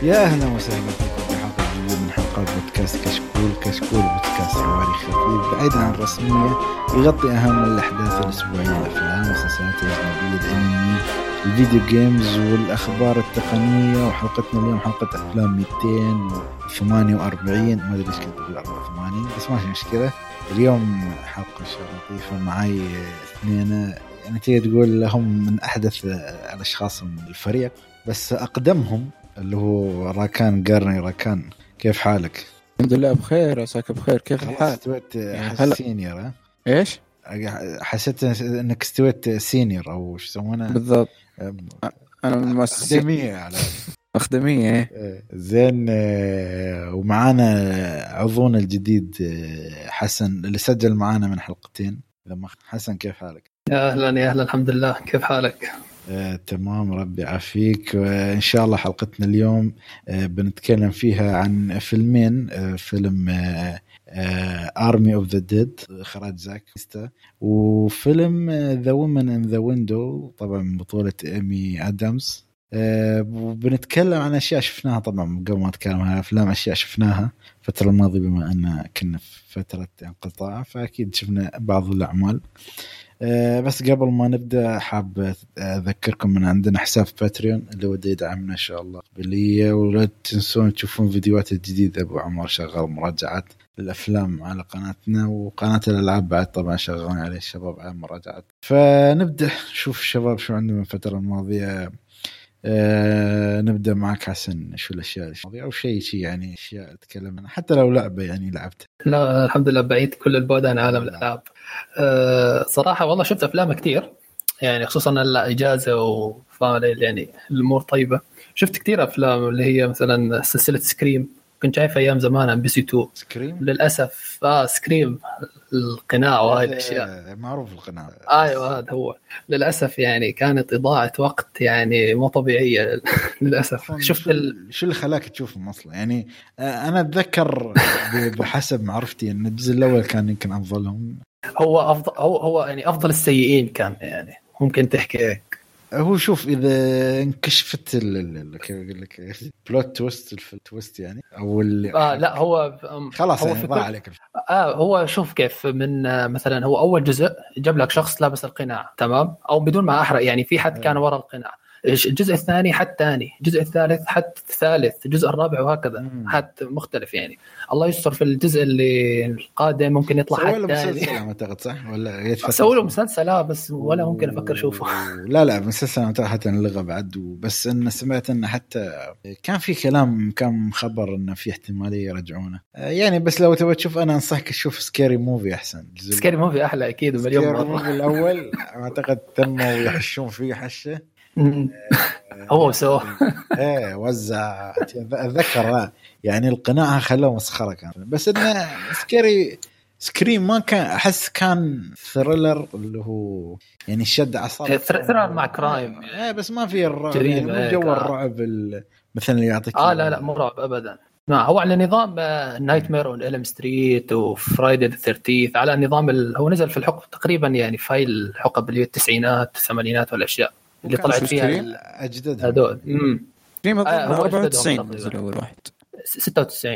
يا أهلا وسهلا فيكم في حلقة جديدة من حلقات بودكاست كشكول بودكاست حواري خفيف بعيد عن الرسمية، يغطي أهم الأحداث الأسبوعية، الأفلام والمسلسلات الأجنبية، الأنمي، الفيديو جيمز والأخبار التقنية. وحلقتنا اليوم حلقة أفلام 248، ما أدري إيش كنت أقول 84 بس ماشي مشكلة. اليوم حلقة لطيفة، معي اثنين يعني تقول لهم من أحدث الأشخاص من الفريق بس أقدمهم، اللي هو راكان قرني. راكان كيف حالك؟ الحمد لله بخير، عساك بخير. كيف الحال؟ استويت سينيور؟ ايش؟ حسيت انك استويت سينيور او شو يسمونه بالضبط. انا من المؤسسين أخدمية على أخدمية. زين. ومعانا عضونا الجديد حسن اللي سجل معانا من حلقتين. لما حسن كيف حالك؟ يا أهلا يا أهلا، الحمد لله. كيف حالك؟ تمام، ربي يعافيك. وإن شاء الله حلقتنا اليوم بنتكلم فيها عن فيلمين. فيلم Army of the Dead إخراج زاك سنايدر، وفيلم The Woman in the Window طبعا بطولة إيمي آدمز. وبنتكلم عن أشياء شفناها طبعا قبل ما نتكلم عن أفلام، أشياء شفناها الفترة الماضية بما أن كنا في فترة انقطاع، فأكيد شفنا بعض الأعمال. بس قبل ما نبدأ حاب أذكركم من عندنا حساب باتريون اللي ودي يدعمنا إن شاء الله قبلية، ولا تنسون تشوفون فيديوهات الجديدة. أبو عمر شغال مراجعات للأفلام على قناتنا، وقناة الألعاب بعد طبعا شغالين عليه الشباب على مراجعات. فنبدأ نشوف الشباب شو عندهم من الفترة الماضية. نبدأ معك حسن، شو الأشياء أو شيء يعني أشياء تكلم عنها حتى لو لعبة يعني لعبتها. لا الحمد لله بعيد كل البعد عن عالم الألعاب. صراحة والله شفت أفلام كتير، يعني خصوصا الإجازة وفاهم يعني الأمور طيبة. شفت كتير أفلام اللي هي مثلا سلسلة سكريم، كنت شايف أيام زمان عن بي سي 2. سكريم للأسف سكريم القناع وهاي الأشياء معروف القناع. أيوة هذا هو. للأسف يعني كانت إضاعة وقت يعني مو طبيعية للأسف. شفت شو اللي خلاك تشوفهم أصلا؟ يعني أنا أتذكر بحسب معرفتي أن الجزء الأول كان يمكن أفضلهم. هو أفضل، هو يعني أفضل السيئين كان، يعني ممكن تحكي هيك. هو شوف إذا انكشفت لك بلوت تويست يعني أو لا هو خلاص هو يعني ضاع عليك. هو شوف كيف من مثلا هو أول جزء جاب لك شخص لابس القناع تمام، أو بدون ما أحرق يعني في حد كان وراء القناع. الجزء الثاني حد ثاني، الجزء الثالث حد ثالث، الجزء الرابع وهكذا حد مختلف. يعني الله يستر في الجزء اللي القادم ممكن يطلع حد ثاني. ما أعتقد صح ولا سووا له مسلسل بس ولا ممكن أفكر شوفه. لا مسلسل حتى اللغة بعد. بس إن سمعت إن حتى كان في كلام، كان خبر إنه في احتمالية يرجعونه يعني. بس لو تبغى تشوف أنا أنصحك تشوف سكيري موفي أحسن. سكيري موفي أحلى أكيد مليون مرة. الأول أعتقد تموا يحشون فيه حشة. هو سوى وزع أتذكر يعني القناع خلوه مسخرة كان. بس إنه سكريم ما كان أحس كان ثريلر اللي هو يعني شد أعصاب، ثريلر مع كرايم بس ما في الرعب يعني جو الرعب مثلا اللي يعطيك لا مو رعب أبدا. هو على نظام نايت مير اون إلم ستريت وفرايدي ذا 13 على نظام هو نزل في الحقب تقريبا يعني فايل الحقب اللي هي التسعينات الثمانينات والأشياء اللي طلعت فيها أجددها هذول. 94 نزل أول واحد 96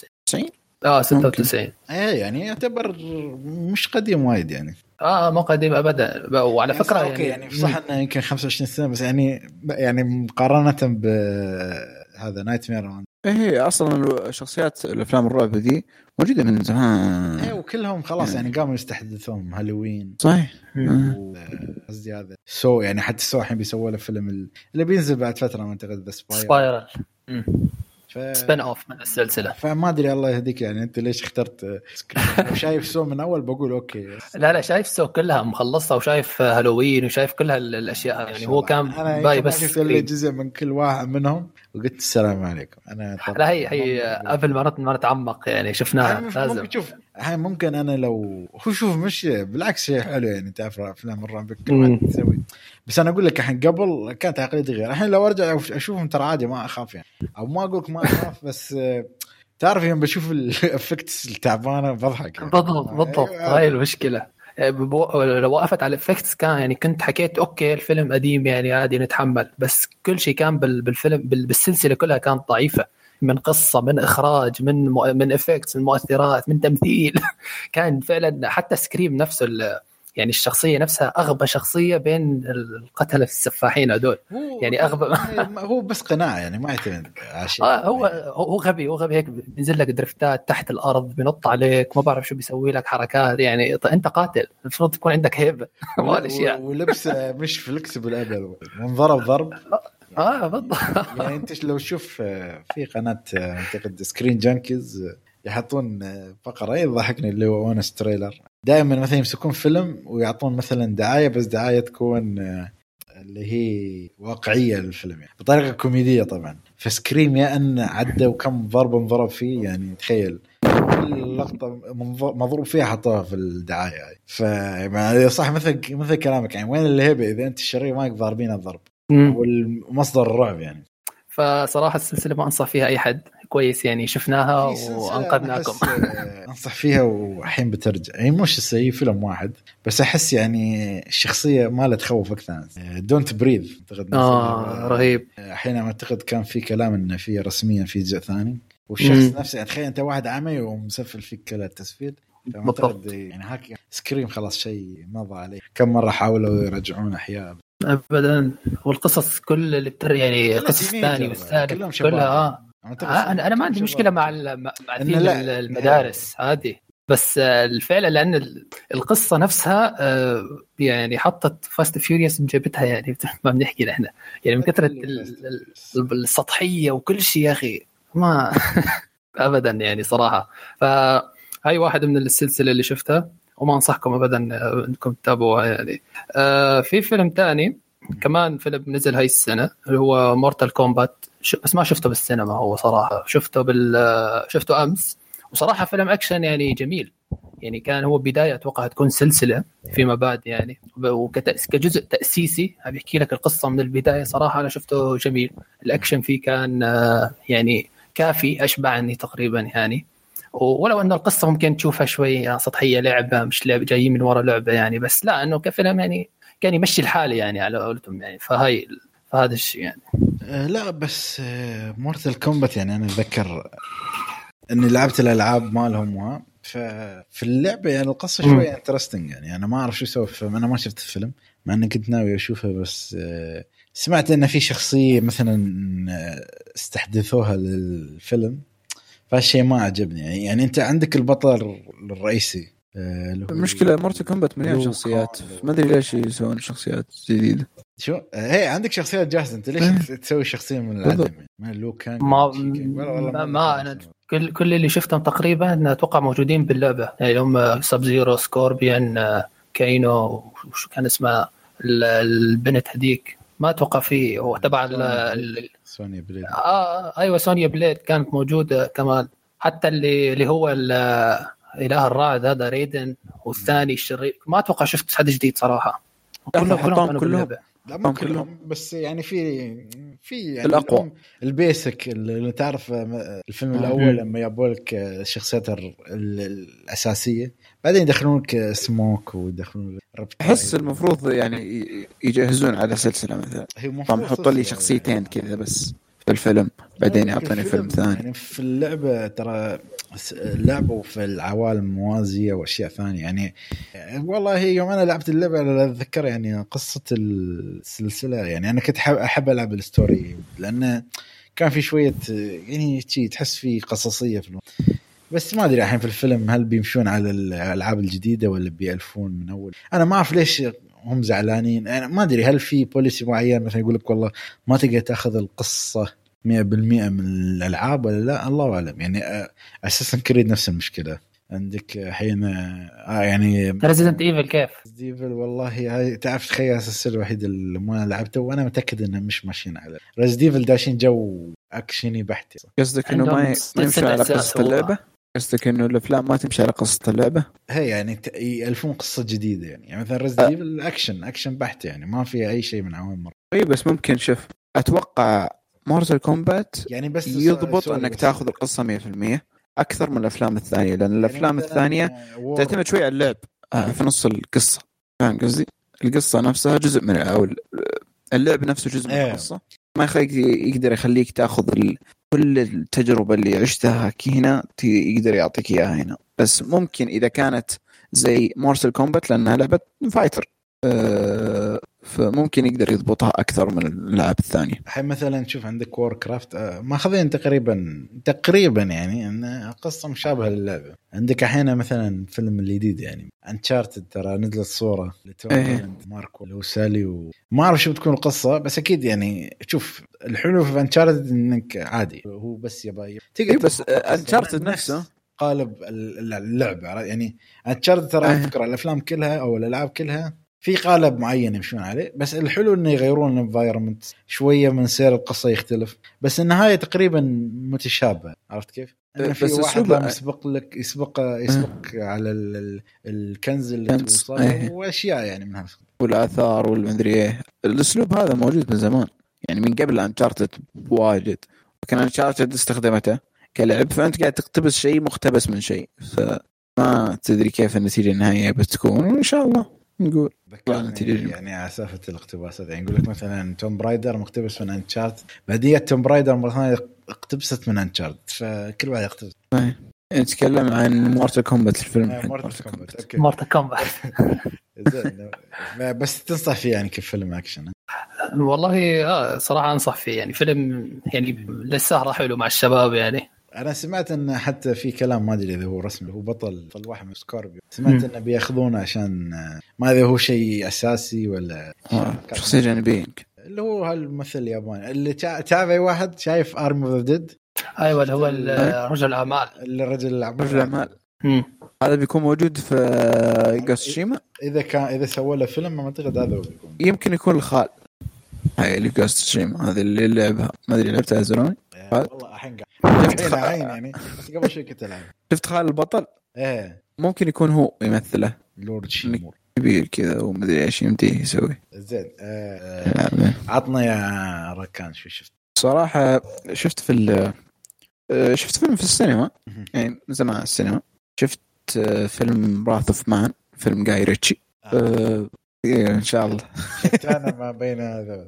96 يعني يعتبر مش قديم وايد يعني. ما قديم ابدا. وعلى فكره يعني صح انه يمكن 25 سنه بس يعني مقارنه بهذا نايت مير. هي اصلا شخصيات الافلام الرعب دي موجوده من زمان وكلهم خلاص يعني قاموا يستحدثون هالوين صحيح. قصدي هذا يعني حتى الحين بيسووا له فيلم اللي بينزل بعد فتره ما اعتقد ذا سبايرال سبين اوف من السلسله. فما ادري الله يهديك يعني انت ليش اخترت شايف سو من اول بقول اوكي. لا شايف سو كلها مخلصها، وشايف هالوين وشايف كل هالاشياء يعني. هو كان باي بس اللي جزء من كل واحد منهم وقلت السلام عليكم. انا لا هي قبل ما نتعمق يعني شفناها لازم شوف هاي ممكن انا لو هو شوف مش بالعكس شيء حلو يعني تعرف افلام الرعب كمان تسوي. بس انا اقول لك الحين قبل كانت عقليتي غير. الحين لو ارجع اشوفهم ترى عادي ما اخاف يعني، او ما اقولك ما اخاف بس تعرف يوم بشوف الافكتس التعبانه بضحك يعني. بالضبط هاي المشكله لو وقفت على الافكتس كان يعني كنت حكيت اوكي الفيلم قديم يعني عادي نتحمل، بس كل شيء كان بالفيلم بالسلسله كلها كانت ضعيفه، من قصه، من اخراج، من افكتس، من مؤثرات، من تمثيل. كان فعلا حتى سكريم نفسه يعني الشخصيه نفسها اغبى شخصيه بين القتله السفاحين هذول، يعني اغبى. هو بس قناع يعني ما يعتمد على شيء. هو غبي هيك بينزل لك درفتات تحت الارض، بينط عليك، ما بعرف شو بيسوي لك حركات، يعني انت قاتل المفروض تكون عندك هيبه. ولبس مش فلكسبل ابدا، منضرب بالضبط. يعني انت لو تشوف في قناه اعتقد سكرين جانكيز يحطون فقره يضحكني اللي هو اونس تريلر، دائما مثلا يمسكون فيلم ويعطون مثلا دعايه، بس دعايه تكون اللي هي واقعيه للفيلم يعني بطريقه كوميديه طبعا. فسكريم يا ان عدى وكم ضربه انضرب فيه، يعني تخيل كل لقطه مضروب فيها حطوها في الدعايه هاي. فيعني صح مثل كلامك، يعني وين الهيبه اذا انت الشرير ماك ضاربين الضرب والمصدر الرعب يعني. فصراحه السلسله ما انصح فيها اي حد، كويس يعني شفناها وانقذناكم. انصح فيها وحين بترجع، يعني مش السيء فيلم واحد بس احس يعني الشخصيه ما لا تخوف اكثر. دونت بريذ اعتقد رهيب. حينما اعتقد كان في كلام انه في رسميا في جزء ثاني، والشخص نفسه يعني تخيل انت واحد عمي ومسفل فيك كل التسفيل. بالضبط. يعني هاك سكريم خلاص شيء مضى عليه. كم مره حاولوا يرجعون احياء ابدا، والقصص كل اللي يعني القصص الثاني والثالث كلها انا ما عندي مشكله مع المدارس هذه، بس الفعل لان القصه نفسها يعني حطت فاست فيوريوس جابتها، يعني ما بنحكي احنا يعني من كثره السطحيه وكل شيء يا اخي ما ابدا يعني صراحه. فهاي واحد من السلسله اللي شفتها وما انصحكم ابدا انكم تتابعوها يعني. في فيلم تاني كمان، فيلم نزل هاي السنه اللي هو مورتال كومبات، بس ما شفته بالسينما، هو صراحه شفته امس، وصراحه فيلم اكشن يعني جميل، يعني كان هو بدايه اتوقع تكون سلسله فيما بعد يعني، كجزء تاسيسي بيحكي لك القصه من البدايه. صراحه انا شفته جميل، الاكشن فيه كان يعني كافي، اشبعني تقريبا يعني، ولو انه القصه ممكن تشوفها شوي سطحيه، لعبه مش لعبه جايين من وراء لعبه يعني، بس لا انه كفيلم يعني كان يمشي الحال يعني على قولتهم يعني. فهذا الشيء يعني. لا بس مورتال كومبات يعني انا اتذكر اني لعبت الالعاب مالهم، ففي اللعبه يعني القصه شويه انترستنج يعني. انا ما اعرف شو سوى الفيلم، انا ما شفت الفيلم مع اني كنت ناوي اشوفه، بس سمعت ان في شخصيه مثلا استحدثوها للفيلم، فالشيء ما عجبني يعني. انت عندك البطل الرئيسي المشكله مورتال كومبات مليان شخصيات، ما ادري ليش يسوون شخصيات جديده. شو هي عندك شخصيات جاهزه، انت ليش تسوي شخصيه من العدم يعني؟ ما لو كان ما انا كل اللي شفتهم تقريبا اتوقع موجودين باللعبه يعني، هم سب زيرو، سكوربيان، كاينو، وشو كان اسمها البنت هذيك، ما اتوقع فيه هو تبع سونيا بليد. ايوه سونيا بليد كانت موجوده كمان، حتى اللي هو اله الرعد هذا ريدن، والثاني الشرير ما اتوقع شفت حد جديد صراحه، كلهم لا مو كلهم بس يعني في يعني الأقوى البيسك اللي تعرف. الفيلم الأول لما يابولك الشخصيات الأساسية، بعدين يدخلونك سموك ويدخلون أحس المفروض يعني يجهزون على سلسلة مثلا، طبعا يحطوا لي شخصيتين كذا بس في الفيلم، بعدين يعطيني فيلم ثاني. يعني في اللعبة ترى اللعبة وفي العوالم موازية وأشياء ثانية يعني. والله يوم أنا لعبت اللعبة أنا أتذكر يعني قصة السلسلة، يعني أنا كنت أحب ألعب الستوري لأنه كان في شوية يعني تحس فيه قصصية في بس ما أدري الحين في الفيلم هل بيمشون على الألعاب الجديدة ولا بيألفون من أول. أنا ما أعرف ليش هم زعلانين، أنا ما أدري هل في بوليسي معين مثلا يقول لك والله ما تقدر تأخذ القصة 100% من الألعاب ولا لا، الله أعلم يعني. أساسا كريد نفس المشكلة عندك حين يعني ريزيدنت ايفل كيف ايفل والله هاي تعرف تخيل السلسله الوحيده اللي ما لعبته وانا متاكد انه مش ماشيين على ريزيدنت ايفل، داشين جو اكشني بحت. قصدك انه ما يمشي على قصه اللعبه؟ قصدك انه الافلام ما تمشي على قصه اللعبه؟ هي يعني يالفون قصه جديده يعني مثلا ريزيدنت ايفل اكشن بحت يعني ما فيها اي شيء من عوامل. اي بس ممكن شوف اتوقع مورتال كومبات يعني بس يضبط انك تاخذ القصه 100% اكثر من الافلام الثانيه، لان الافلام الثانيه تعتمد شوي على اللعب، في نص القصة. فاهم قصدي؟ القصة نفسها جزء من أو اللعب نفسه جزء من القصة، ما يخليك يقدر يخليك تأخذ كل التجربة اللي عشتها هنا يقدر يعطيك إياها هنا. بس ممكن إذا كانت زي مورتال كومبات لأنها لعبة فايتر فممكن يقدر يضبطها أكثر من الألعاب الثانية. الحين مثلا تشوف عندك وور كرافت ماخذين تقريبا يعني أن قصة مشابهة للعبة. عندك أحيانا مثلا فيلم الجديد يعني أنشارتد ترى نزلت صورة لتوم ماركو لو سالي وما أعرف شو بتكون القصة، بس أكيد يعني شوف الحلو في أنشارتد إنك عادي هو بس يبغى بس أنشارتد نفسه قالب اللعبة يعني. أنشارتد ترى فكرة الأفلام كلها أو الألعاب كلها في قالب معين يمشون عليه، بس الحلو انه يغيرون الانفايرمنت شويه من سير القصه يختلف، بس النهايه تقريبا متشابهه. عرفت كيف؟ إن في واحد لما يسبق على الكنز اللي توصل واشياء يعني من هالشيء والاثار والمدري ايه. الاسلوب هذا موجود من زمان يعني من قبل انشارتد واجد، وكان انشارتد استخدمته كلعب، فانت قاعد تقتبس شيء مقتبس من شيء، فما تدري كيف النتيجه النهائيه بتكون. ان شاء الله نقول يعني على سالفة الاقتباسات يعني يقول لك مثلا توم برايدر مقتبس من انشارت، بعدين توم برايدر مرة ثانية اقتبست من انشارت، فكل واحد يقتبس. نتكلم عن مورتال كومبات الفيلم. مورتال كومبات بس تنصح فيه يعني كفيلم اكشن؟ والله صراحة انصح فيه يعني فيلم يعني للسهرة حلو مع الشباب يعني. أنا سمعت إن حتى في كلام ما أدري إذا هو رسمي، هو بطل واحد من سكوربيو، سمعت إنه بيأخذونه عشان ما أدري هو شيء أساسي ولا شخصية جانبية، اللي هو هالممثل الياباني اللي تعرف واحد شايف Army of the Dead. أيوة اللي هو رجل الأعمال. رجل الأعمال هذا بيكون موجود في غوستشيما. إذا سووا له فيلم ما أعتقد هذا هو بيكون. يمكن يكون الخال هاي اللي غوستشيما هذه اللي لعبها، ما أدري لعبتها زمان والله الحين يعني بس قبل شوي كنت ألعب. شفت خال البطل ممكن يكون هو يمثله لورد شيمور كبير كذا وما ادري ايش يمديه يسوي. زين عطنا يا ركان شو شفت؟ صراحه شفت فيلم في السينما يعني زمان السينما. شفت فيلم براث اوف مان، فيلم جاي ريتشي. ان شاء الله انا ما بين هذا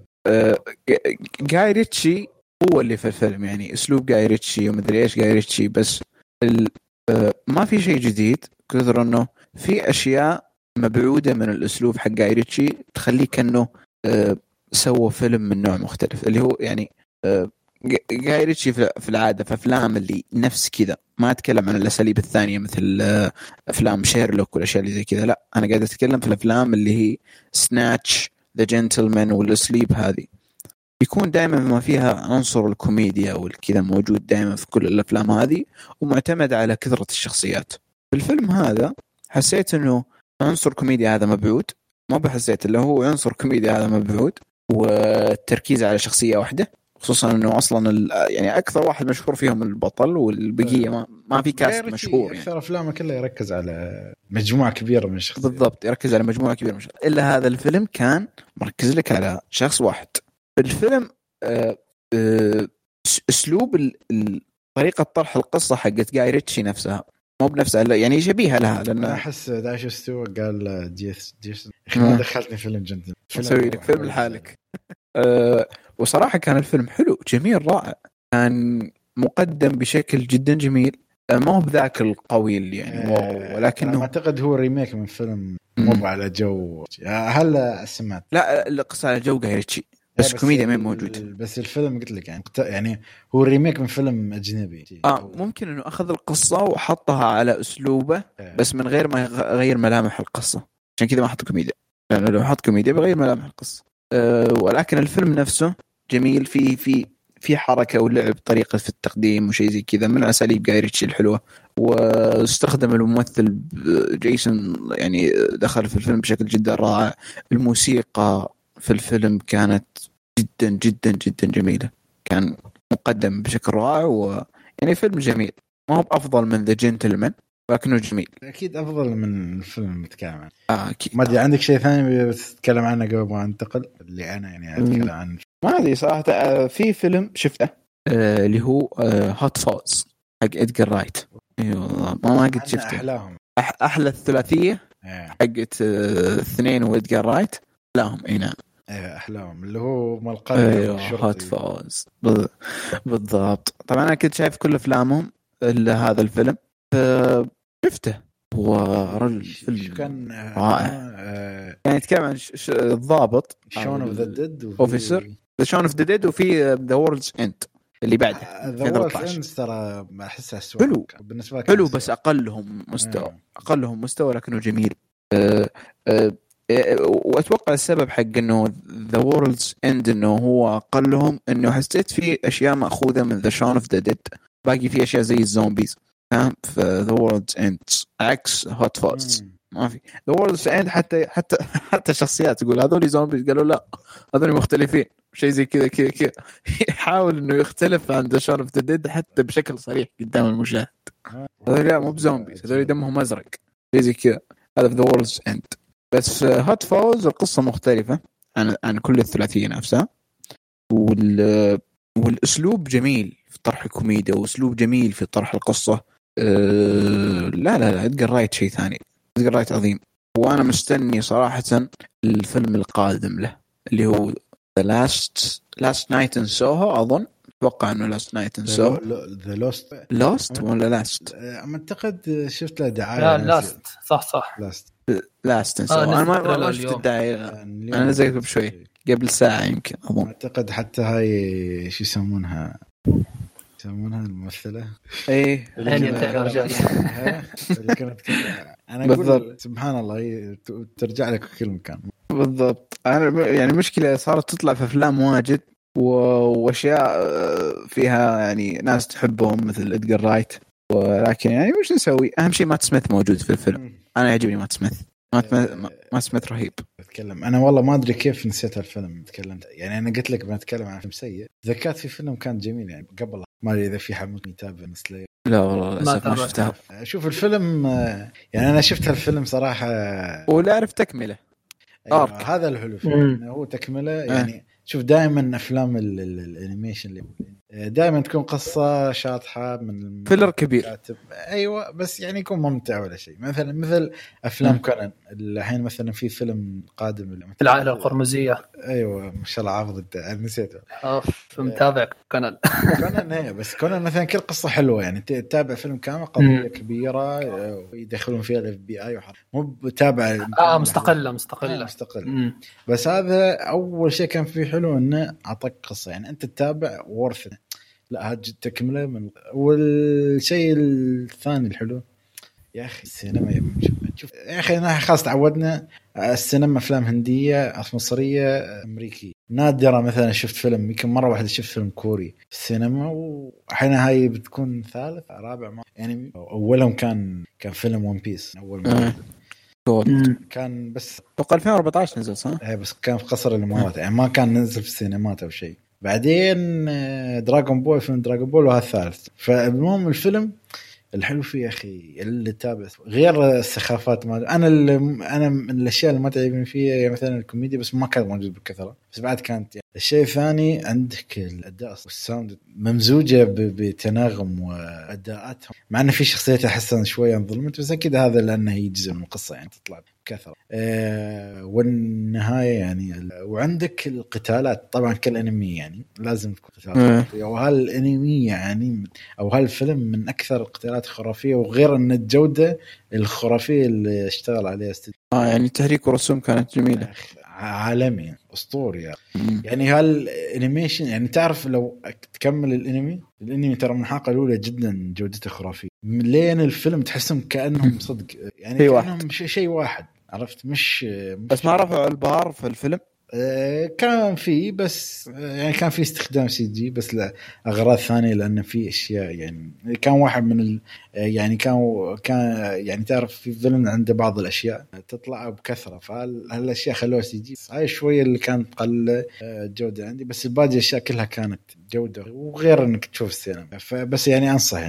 جاي ريتشي هو اللي في الفيلم يعني اسلوب جاي ريتشي وما ادري ايش جاي ريتشي، بس ما في شيء جديد كثر انه في اشياء مبعوده من الاسلوب حق جاي ريتشي تخليه كانه سوى فيلم من نوع مختلف. اللي هو يعني جاي ريتشي في العاده في افلام اللي نفس كذا ما اتكلم عن الاساليب الثانيه مثل افلام شيرلوك والاشياء اللي زي كذا، لا انا قاعد اتكلم في الافلام اللي هي سناتش، ذا جنتلمان والاسليب، هذه يكون دائما ما فيها عنصر الكوميديا والكذا موجود دائما في كل الافلام هذه، ومعتمد على كثرة الشخصيات. في الفيلم هذا حسيت انه عنصر كوميديا هذا مبعود، ما بحسيت اللي هو عنصر كوميديا هذا مبعود، والتركيز على شخصية واحدة، خصوصا انه اصلا يعني اكثر واحد مشهور فيهم البطل والبقية ما في كاست مشهور يعني. اكثر افلامه كلها يركز على مجموعة كبيرة من الشخصيات. بالضبط، يركز على مجموعة كبيرة من الشخصيات. الا هذا الفيلم كان مركز لك على شخص واحد. الفيلم اسلوب طريقه طرح القصه حقت جاي ريتشي نفسها مو بنفسها يعني شبيهه لها، لان احس داش استوى قال جيس ما دخلتني فيلم جنتل سوي لك فيلم لحالك. وصراحه كان الفيلم حلو جميل رائع، كان مقدم بشكل جدا جميل، ما هو بذاك القوي اللي يعني ولكنه اعتقد هو ريميك من فيلم مو على جو. هل سمعت؟ لا القصه على جو جاي ريتشي بس كوميديا ما موجود. بس الفيلم قلت لك يعني هو ريميك من فيلم أجنبي. ممكن إنه أخذ القصة وحطها على أسلوبه بس من غير ما يغير ملامح القصة، عشان كذا ما حط كوميديا، لأنه لو حط كوميديا بغير ملامح القصة. ولكن الفيلم نفسه جميل، في حركة ولعب طريقة في التقديم وشيء زي كذا من أساليب جاي ريتشي الحلوة. واستخدم الممثل جيسون يعني دخل في الفيلم بشكل جدا رائع. الموسيقى في الفيلم كانت جدا جدا جدا جميلة، كان مقدم بشكل رائع، ويعني فيلم جميل، ما هو أفضل من ذا جنتلمان لكنه جميل. أكيد أفضل من الفيلم المتكامل. أكيد. ما أدري عندك شيء ثاني بتتكلم عنه قبل ما أنتقل اللي أنا يعني أتكلم عنه؟ ما أدري صراحة. في فيلم شفته اللي هو هوت فوز حق إدغار رايت. أيوة ما قد شفته. أحلاهم. أحلى الثلاثية حقت اثنين وإدغار رايت لهم نعم احلام اللي هو مال القلب. ايوه هوت فوز بالضبط. طبعا انا كنت شايف كل افلامهم الا هذا الفيلم شفته. هو رجل فيلم كان رائع. يعني يتكلم عن الضابط شون اوف ذا ديد اوفيسر شون اوف ذا ديد وفي ذا وورلدز اند اللي بعده ذا وورلدز اند. ترى احسها حلو بالنسبه لك حلو بس اقلهم مستوى لكنه جميل. واتوقع السبب حق انه ذا وورلدز اند انه هو اقلهم انه حسيت في اشياء ماخوذه من ذا شون اوف ذا ديد، باقي في اشياء زي الزومبيز فاهم. في ذا وورلدز اند عكس هوت فوز ما في. ذا وورلدز اند حتى شخصيات تقول هذول زومبيز، قالوا لا هذول مختلفين شيء زي كذا يحاول انه يختلف عن ذا شون اوف ذا ديد حتى بشكل صريح قدام المشاهد. هذول لا مو بزومبيز، هذول دمهم ازرق شيء زي كذا. هذا في ذا وورلدز اند. بس هوت فوز القصة مختلفة عن كل الثلاثية نفسها، والأسلوب جميل في طرح الكوميديا وأسلوب جميل في طرح القصة. لا إدغار رايت شيء ثاني. إدغار رايت عظيم. وأنا مستني صراحة الفيلم القادم له اللي هو The Last Night in Soho. أظن أتوقع إنه Last Night in Soho. The Lost ولا Last؟ أعتقد شفت له دعاية. لا صح لاست انا ما شفت الدعاية. انا زيك بشوي قبل ساعه يمكن اظن. اعتقد حتى هاي شو يسمونها الممثله ايه اللي كانت انا اقول سبحان الله هي ترجع لك في كل مكان بالضبط. انا يعني مشكله صارت تطلع في افلام واجد واشياء فيها يعني ناس تحبهم مثل إدغار رايت، ولكن يعني وش نسوي؟ اهم شيء مات سميث موجود في الفيلم. انا يعجبني مات سميث رهيب. اتكلم انا والله ما ادري كيف نسيت الفيلم. تكلمت يعني انا قلت لك بنتكلم عن فيلم سيء، ذكرت في فيلم كان جميل يعني قبل. ما ادري اذا في حد يتابع مثلي. لا والله للاسف ما شفتها. شوف الفيلم يعني انا شفت الفيلم صراحه ولا اعرف تكمله. أيوة هذا الحلو فيه هو تكمله يعني. شوف دائما افلام الانيميشن اللي دائما تكون قصه شاطحه من فيلر كبير. ايوه بس يعني يكون ممتع ولا شيء. مثل افلام كونان الحين مثلا في فيلم قادم العائله القرمزيه. ايوه ما شاء الله عافظ انت نسيته. متابع كونان هي بس كونان مثلا كل قصه حلوه يعني تتابع فيلم كامل قضيه كبيره ويدخلون فيها الاف بي اي مو بتابع مستقله بس هذا اول شيء كان فيه حلو انه اعطاك قصه يعني انت تتابع ورث. لا هاد تكمله من. والشيء الثاني الحلو يا اخي السينما شوف يا اخي انا خلاص تعودنا السينما افلام هنديه مصريه امريكيه. نادرا مثلا شفت فيلم يمكن مره واحده شفت فيلم كوري في السينما، واحيانا هاي بتكون ثالث رابع يعني. اولهم كان فيلم ون بيس اول ما كان بس توقع 2014 نزل صح؟ بس كان في قصر الامارات يعني ما كان نزل في السينمات او شيء. بعدين دراغون بول فيلم دراغون بول وهذا الثالث. فالمهم الفيلم الحلو فيه أخي اللي تابع غير السخافات أنا من الأشياء اللي ما تعجبني فيه يعني مثلا الكوميديا بس ما كان موجود بكثرة. بس بعد كانت يعني الشيء الثاني عندك الأداء والساوند ممزوجة بتناغم وأداءاتهم، مع أن في شخصيات أحسن شوية انظلمت بس أكيد هذا لأنه هي جزء من القصة يعني تطلع بكثرة. والنهاية يعني وعندك القتالات طبعا كالأنمي يعني لازم تكون قتالات وهالأنمي يعني أو هالفيلم من أكثر القتالات خرافية، وغير أن الجودة الخرافية اللي اشتغل عليها يعني تحريك ورسوم كانت جميلة عالمي أسطوري يعني هالانيميشن يعني تعرف لو تكمل الانمي ترى من الحلقة الأولى جدا جودته خرافية لين الفيلم تحسهم كأنهم صدق يعني كأنهم شيء واحد عرفت مش بس ما رفعوا البار في الفيلم. كان فيه بس يعني كان فيه استخدام سي جي بس لأغراض ثانية لأن فيه أشياء يعني كان واحد من يعني كان يعني تعرف في فيلم عنده بعض الأشياء تطلع بكثرة فهالأشياء خلوها سي جي. هاي شوية اللي كانت قل الجودة عندي بس الباقي الأشياء كلها كانت جودة وغير إنك تشوف السينما. فبس يعني أنصح يعني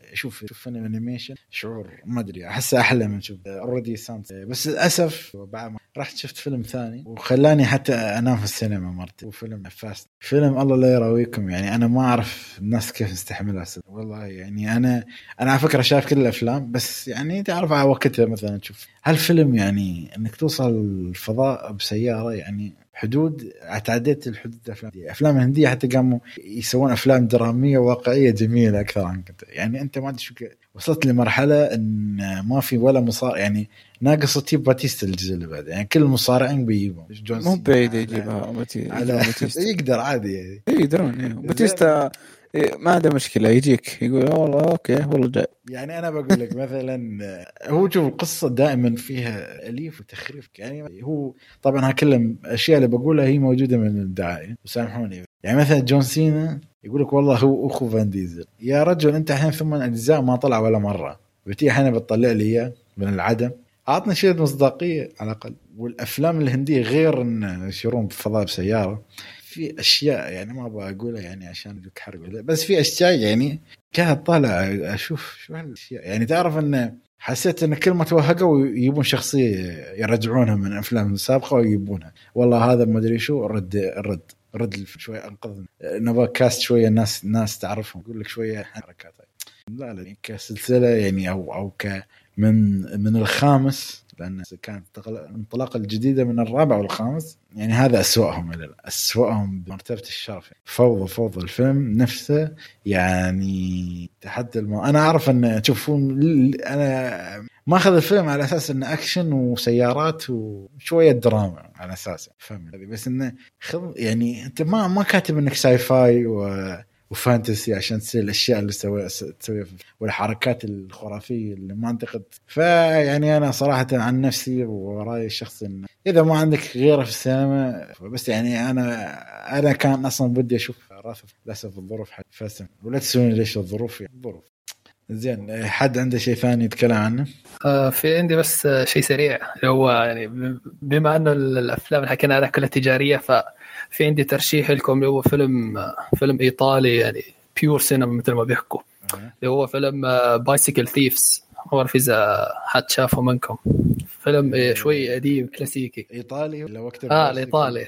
شوف فيلم انيميشن شعور ما ادري احسه احلى من شوف اوريدي ساوند. بس للاسف بعد ما رحت شفت فيلم ثاني وخلاني حتى انام في السينما مرتين، وفيلم فاست. فيلم الله لا يراويكم يعني انا ما اعرف الناس كيف استحملها والله. يعني انا على فكره شايف كل الافلام، بس يعني تعرف على وقتها مثلا تشوف هالفيلم يعني انك توصل الفضاء بسياره يعني حدود تعديت الحدود. الافلام الهنديه حتى قاموا يسوون افلام دراميه واقعيه جميله اكثر عن كده. يعني انت ما ادري شو وصلت لمرحله ان ما في ولا مصارع يعني ناقص تيب باتيستا الجزء اللي بعده. يعني كل المصارعين بيجيبون مو بعيد يجيبها باتيستا يقدر عادي يعني يقدرون باتيستا ما عنده مشكلة يجيك يقول والله أوكي والله جاي. يعني أنا بقول لك مثلا هو شوف القصة دائما فيها أليف وتخريف. يعني هو طبعا هكلم أشياء اللي بقولها هي موجودة من الدعاية وسامحوني. يعني مثلا جون سينا يقول لك والله هو أخو فان ديزل. يا رجل أنت الحين 8 أجزاء ما طلع ولا مرة، بتيجي الحين بتطلع لي إياه من العدم. أعطنا شيء مصداقية على الأقل. والأفلام الهندية غير إن يشيرون بفضاء بسيارة في أشياء يعني ما أبغى أقولها يعني عشان يجوك حرق، بس في أشياء يعني كانت طالع أشوف شو هالأشياء. يعني تعرف إن حسيت إن كل ما توهقوا ويجيبون شخصية يرجعونها من أفلام سابقة ويجيبونها والله هذا ما أدري شو رد شوية أنقذنا نبغى كاست شوية ناس تعرفهم يقول لك شوية حركات. لا كسلسلة يعني أو من الخامس، لأن كانت انطلاقة الجديدة من الرابع والخامس. يعني هذا أسوأهم بمرتبة الشرف. فوضى الفيلم نفسه يعني تحدى أنا أعرف أن تشوفون أنا ما أخذ الفيلم على أساس أنه أكشن وسيارات وشوية دراما على أساس فهم، بس أنه يعني أنت ما كاتب أنك ساي فاي وفانتسي عشان تصير الأشياء اللي تسويها والحركات الخرافية اللي ما أعتقد. فيعني أنا صراحة عن نفسي ورأيي الشخصي إن إذا ما عندك غيره في السينما بس يعني أنا كان أصلا بدي أشوف رافض للأسف الظروف فاسم ولا تسوين ليش الظروف يعني الظروف. زين حد عنده شيء ثاني يتكلم عنه؟ في عندي بس شيء سريع هو يعني بما أنه الأفلام اللي حكينا عنها كلها تجارية، ففي عندي ترشيح لكم اللي هو فيلم إيطالي يعني بيور سينما مثل ما بيحكوا، اللي هو فيلم بايسيكل ثيفز. ما أعرف إذا حد شافه منكم. فيلم شوي قديم كلاسيكي إيطالي ولا وقت الإيطالي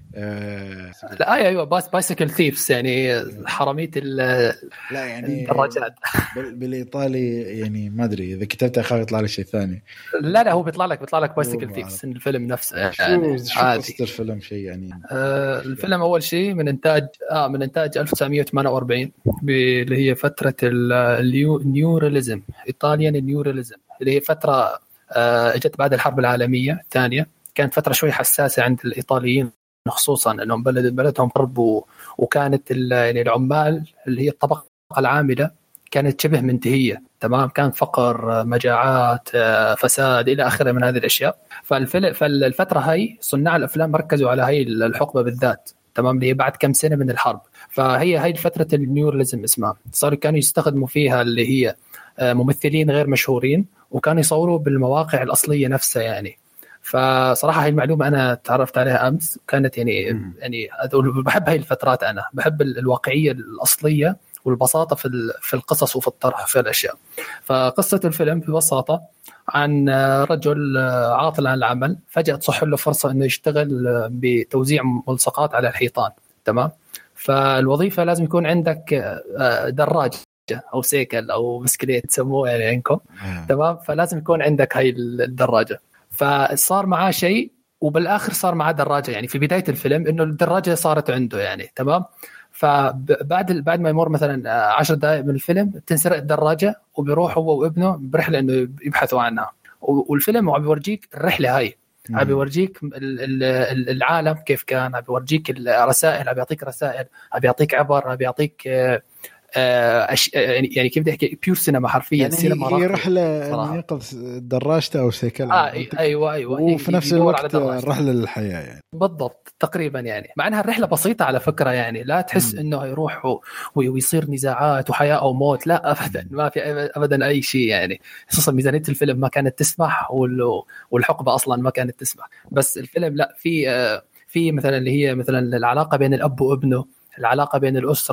لا أيوة بايسيكل ثيفز يعني حرامية لا يعني الدراجات بالإيطالي يعني ما أدري إذا كتبت أخاف يطلع لي شيء ثاني. لا هو بيطلع لك بايسيكل ثيفز الفيلم نفسه يعني شو قصة الفيلم شيء يعني الفيلم أول شيء من إنتاج 1948 اللي هي فترة النيوراليزم إيطاليان النيوراليزم اللي هي فترة اجت بعد الحرب العالمية الثانية. كانت فترة شوي حساسة عند الإيطاليين خصوصا أنهم بلدهم حرب وكانت يعني العمال اللي هي الطبقة العاملة كانت شبه منتهية تمام. كان فقر مجاعات فساد إلى آخره من هذه الأشياء. فالفترة هاي صناع الأفلام ركزوا على هاي الحقبة بالذات تمام اللي هي بعد كم سنة من الحرب. فهي هاي فترة النيوراليزم اسمها كانوا يستخدموا فيها اللي هي ممثلين غير مشهورين وكانوا يصوروا بالمواقع الأصلية نفسها يعني. فصراحة هاي المعلومة أنا تعرفت عليها أمس كانت يعني بحب هاي الفترات. أنا بحب الواقعية الأصلية والبساطة في القصص وفي الطرح في الأشياء. فقصة الفيلم ببساطة عن رجل عاطل عن العمل فجأة تصح له فرصة إنه يشتغل بتوزيع ملصقات على الحيطان تمام. فالوظيفة لازم يكون عندك دراجة أو سيكل أو بسكليت تسموه يعني عندكم تمام. فلازم يكون عندك هاي الدراجة. فصار معاه شيء وبالآخر صار معاه دراجة يعني في بداية الفيلم إنه الدراجة صارت عنده يعني تمام. فبعد ما يمر مثلا 10 دقائق من الفيلم تنسرق الدراجة وبيروح هو وابنه برحلة إنه يبحثوا عنها. والفيلم عم بيورجيك الرحلة هاي، عم بيورجيك العالم كيف كان، عم بيورجيك الرسائل، عم بيعطيك رسائل، عم بيعطيك عبر، عم بيعطيك يعني كيف بدي احكي بيور سينما حرفيا يعني سينما هي رحله انه ينقذ دراجته او سيكل ايوه وفي نفس الوقت رحله للحياه يعني بالضبط تقريبا يعني. مع انها الرحله بسيطه على فكره يعني لا تحس انه يروح ويصير نزاعات وحياه او موت، لا ابدا ما في ابدا اي شيء يعني. خصوصا ميزانيه الفيلم ما كانت تسمح والحقبه اصلا ما كانت تسمح. بس الفيلم لا في مثلا اللي هي مثلا العلاقه بين الاب وابنه، العلاقه بين الاسره،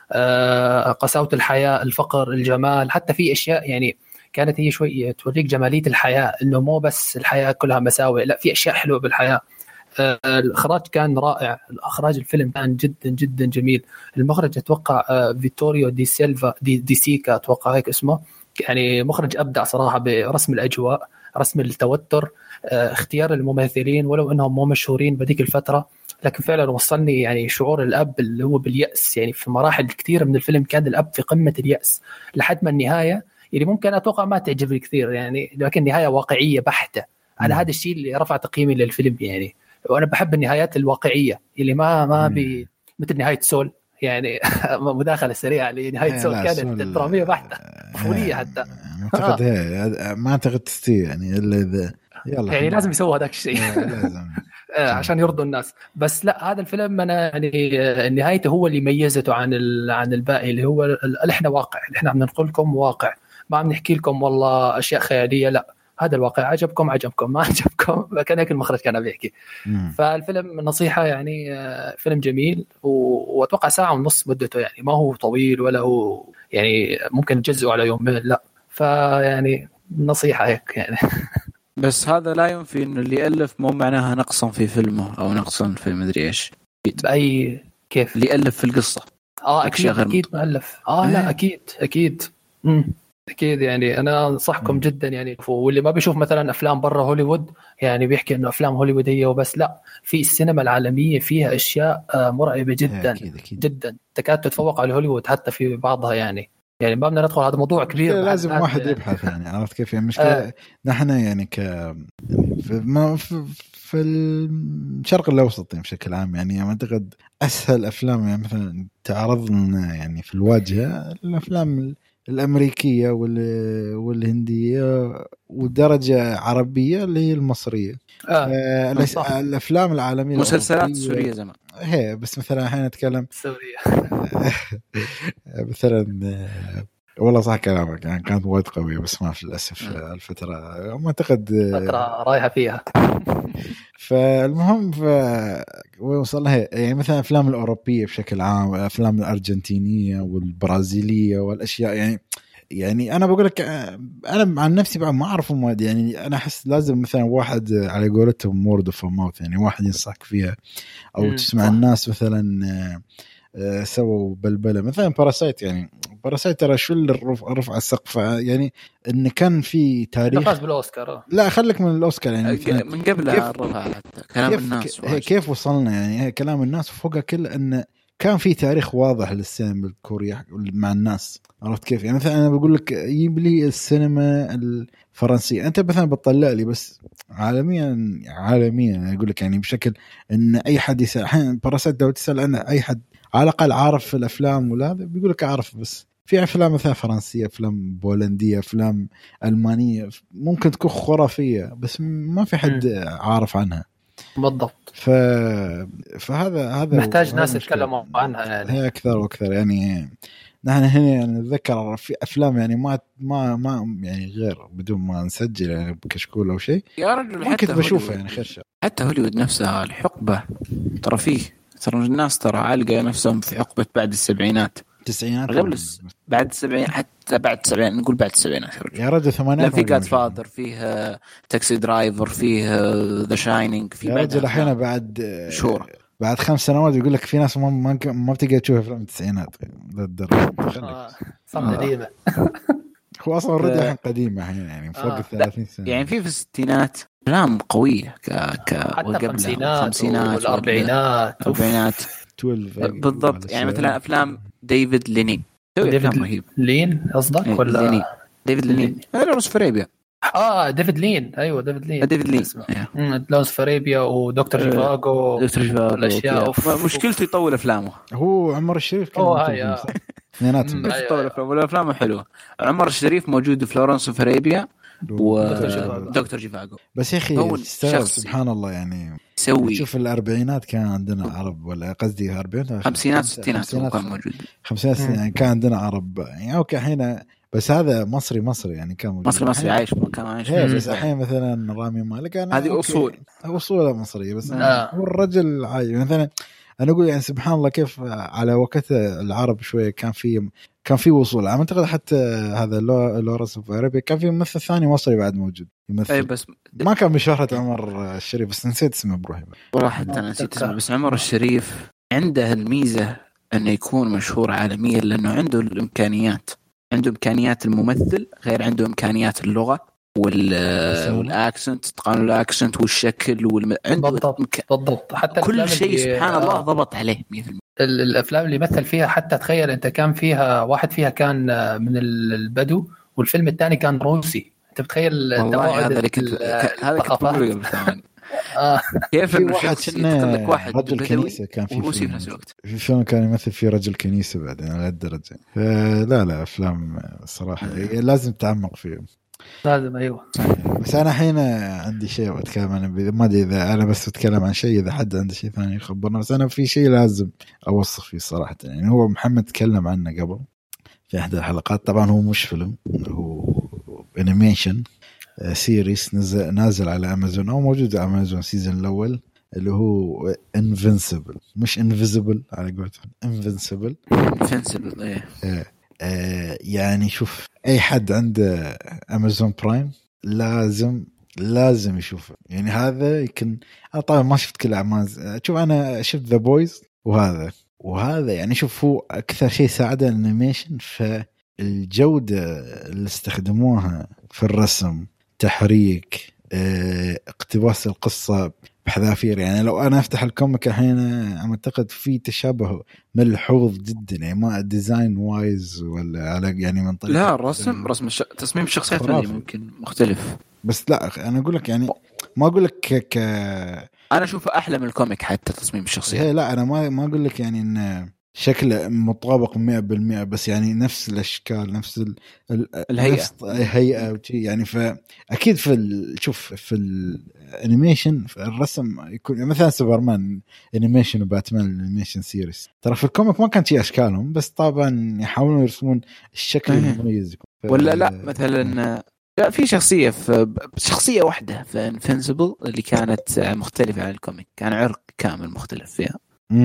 قساوة الحياة، الفقر، الجمال، حتى في أشياء يعني كانت هي شوي توريك جمالية الحياة، إنه مو بس الحياة كلها مساوئ، لا في أشياء حلوة بالحياة. الإخراج كان رائع، الإخراج الفيلم كان جدا جدا جميل. المخرج أتوقع فيتوريو دي سيلفا دي سيكا أتوقع هيك اسمه، يعني مخرج أبدع صراحة برسم الأجواء، رسم التوتر، اختيار الممثلين ولو أنهم مو مشهورين بديك الفترة، لكن فعلا وصلني يعني شعور الأب اللي هو باليأس. يعني في مراحل كثير من الفيلم كان الأب في قمة اليأس لحد ما النهاية اللي ممكن أتوقع ما تعجبني كثير يعني، لكن نهاية واقعية بحتة. أنا هذا الشيء اللي رفع تقييمي للفيلم يعني، وأنا بحب النهايات الواقعية اللي ما مثل نهاية سول يعني مداخلة سريعة لنهاية سول كانت درامية بحتة، طفولية حتى. أعتقد ما أعتقد تستي يعني إلا إذا يلا يعني لازم يسووا هذاك الشيء لازم عشان يرضوا الناس. بس لا، هذا الفيلم أنا يعني نهايته هو اللي ميزته عن الباقي، اللي هو احنا واقع، احنا عم ننقل لكم واقع، ما عم نحكي لكم والله أشياء خيالية، لا هذا الواقع، عجبكم ما عجبكم كان هيك المخرج كان بيحكي. فالفيلم نصيحة يعني فيلم جميل، وأتوقع 1.5 ساعة مدته، يعني ما هو طويل ولا هو يعني ممكن تجزئه على يومين، لا فيعني نصيحة هيك يعني. بس هذا لا ينفي إنه اللي يألف مو معناها نقصا في فيلمه أو نقصا في مدري إيش. بأي كيف اللي يألف في القصة أكيد مؤلف لا أكيد أكيد يعني أنا أنصحكم جدا يعني. واللي ما بيشوف مثلا أفلام برا هوليوود يعني بيحكي إنه أفلام هوليوود هي وبس، لا في السينما العالمية فيها أشياء مرعبة جدا أكيد. جدا، تكاد تتفوق على هوليوود حتى في بعضها يعني ما بدنا ندخل، هذا موضوع كبير لازم واحد يبحث يعني عرفت كيف يعني مشكلة نحن يعني في الشرق الأوسط يعني بشكل عام يعني أعتقد أسهل أفلام يعني مثلا تعرض لنا يعني في الواجهة الأفلام الأمريكية والهندية ودرجة عربية اللي هي المصرية. الأفلام العالمية مسلسلات سورية زمان هي بس مثلا الحين نتكلم سوريا مثلا والله صح كلامك يعني كانت وايد قوية بس ما في للأسف الفترة ما أعتقد فترة رايحة فيها. فالمهم وصلنا يعني مثلا أفلام الأوروبية بشكل عام، أفلام الأرجنتينية والبرازيلية والأشياء يعني أنا بقول لك أنا عن نفسي بقى ما أعرف المواد يعني أنا أحس لازم مثلا واحد على قولتهم مورد اوف ماوث يعني واحد ينصحك فيها أو تسمع صح. الناس مثلا سووا بلبلة مثلا باراسايت يعني باراسايت ترى شو اللي رفع السقف يعني إن كان في تاريخ فاز بالأوسكار. لا خليك من الأوسكار يعني من قبل الرفع كلام الناس كيف وصلنا يعني كلام الناس وفوقها كل أن كان في تاريخ واضح للسينما الكورية مع الناس عرفت كيف يعني مثلا أنا بقول لك يجيب لي السينما الفرنسية أنت مثلا بتطلع لي بس عالميا أقول لك يعني بشكل إن أي حد يسأل الحين باراسايت لو تسأل أنا أي حد على الأقل عارف في الأفلام ولا هذا بيقول لك عارف بس في أفلام مثلا فرنسية أفلام بولندية أفلام ألمانية ممكن تكون خرافية بس ما في حد عارف عنها بالضبط. فهذا محتاج ناس يتكلموا عنها يعني هي أكثر وأكثر يعني نحن هنا يعني نتذكر في أفلام يعني ما يعني غير بدون ما نسجل يعني بكشكول أو شيء يا رجل ممكن بشوفها يعني خير شيء حتى هوليوود نفسها الحقبة ترى فيه ترى الناس ترى عالقة نفسهم في حقبة بعد السبعينات قبل بعد 70 حتى بعد 70 نقول بعد 70 يا رجل 80 في جاد فاذر فيه تاكسي درايفر فيه ذا شاينينج في يا رجل الحين بعد شهور بعد 5 سنوات يقول لك في ناس ما بتقدر تشوفها في التسعينات للدرجة صار قديمة هو أصلا رد الحين قديمة يعني فوق 30 سنة يعني في الستينات أفلام قوية حتى الخمسينات والأربعينات بالضبط يعني مثلا أفلام ديفيد لينين لين قصدك ولا ديفيد لينين هذا روس فريبيا ديفيد لين ايوه ديفيد لين لوس فريبيا ودكتور جيفاغو الاشياء مشكلته يطول افلامه هو عمر الشريف كان اثنيناتهم يطول افلامه والافلام حلوه عمر الشريف موجود في فلورنس فريبيا ودكتور جيفاغو بس يا اخي سبحان الله يعني سوي شوف الاربعينات كان عندنا عرب ولا قصدي 40 خمسينات ستينات كان موجود 50 يعني كان عندنا عرب يعني اوكي الحين بس هذا مصري يعني كان مصري عايش كان عايش بس الحين مثلا رامي مالك هذه اصول مصريه بس هو الرجل عايش مثلا انا اقول يعني سبحان الله كيف على وقت العرب شويه كان في وصول. انا اعتقد حتى هذا لورنس اوف ارابيا كان في ممثل ثاني مصري بعد موجود يمثل. اي بس ما كان بشهرة عمر الشريف، بس نسيت اسمه ابراهيم والله حتى انا نسيت اسمه. بس عمر الشريف عنده الميزه انه يكون مشهور عالميا لانه عنده الامكانيات، عنده امكانيات الممثل غير عنده امكانيات اللغه والاكسنت، تقانون الاكسنت والشكل عنده بالضبط حتى كل شيء سبحان الله ضبط عليه 100%. الافلام اللي مثل فيها حتى تخيل انت كان فيها واحد فيها كان من البدو والفيلم الثاني كان روسي. انت بتخيل تباعد هذا قبل ثواني كيف واحد لك واحد رجل كنيسة كان في روسي في نفس الوقت، في فيلم كان يمثل فيه رجل كنيسة بعدين على الدرجة. لا أفلام صراحة لازم تعمق فيهم لازم. ايوه بس انا الحين عندي شيء اتكلم عنه، ما ادري اذا انا بس اتكلم عن شيء اذا حد عنده شيء ثاني يخبرنا، بس انا في شيء لازم اوصف فيه صراحه. يعني هو محمد تكلم عنه قبل في احدى الحلقات، طبعا هو مش فيلم، هو انيميشن سيريس نازل على امازون او موجود على امازون سيزون الاول اللي هو انفنسبل، مش انفيزبل على قولتهم، انفنسبل. يعني شوف اي حد عنده امازون برايم لازم يشوفه. يعني هذا يمكن انا طبعا ما شفت كل اعمال، شوف انا شفت ذا بويز وهذا يعني شوف هو اكثر شيء ساعده الانيميشن فالجوده اللي استخدموها في الرسم، تحريك، اقتباس القصه بحذافير. يعني لو انا افتح الكوميك الحين اعتقد في تشابه ملحوظ جدا، يعني ما ديزاين وايز ولا على يعني من طريقه لا رسم تصميم الشخصيات اللي ممكن مختلف. بس لا انا اقول لك يعني ما اقول لك انا اشوفه احلى من الكوميك حتى تصميم الشخصيات. لا انا ما اقول لك يعني ان شكله مطابق 100%، بس يعني نفس الاشكال نفس الهيئه يعني فاكيد شوف في الانيميشن في الرسم يكون يعني مثلا سوبرمان انيميشن وباتمان انيميشن سيريس، ترى في الكوميك ما كان شيء اشكالهم، بس طبعا يحاولون يرسمون الشكل المميز. ولا لا مثلا لا في شخصيه واحده في انفنسبل اللي كانت مختلفه عن الكوميك، كان عرق كامل مختلف فيها.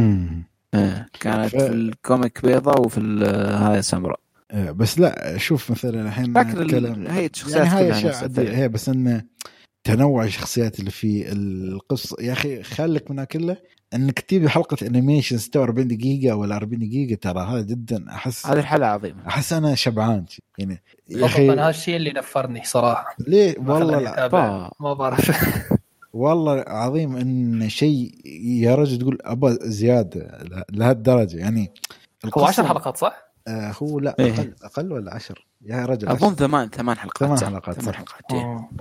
كانت في الكوميك بيضاء وفي هاي سمراء. بس لا شوف مثلا الحين هي شخصيات يعني هي بس ان تنوع الشخصيات اللي في القصه يا اخي خلك منها كله انك تجيب حلقه انيميشن 46 دقيقه ولا 40 دقيقه، ترى هذا جدا احس هذه الحلقه عظيمه، احس انا شبعان يعني يا اخي. انا هالشيء اللي نفرني صراحه ليه والله لا ما بعرف والله عظيم ان شيء يا رجل تقول ابى زياده لهالدرجه. يعني هو 10 حلقات صح؟ هو لا اقل ولا 10 يا رجل؟ اظن 8 حلقات. 8 حلقات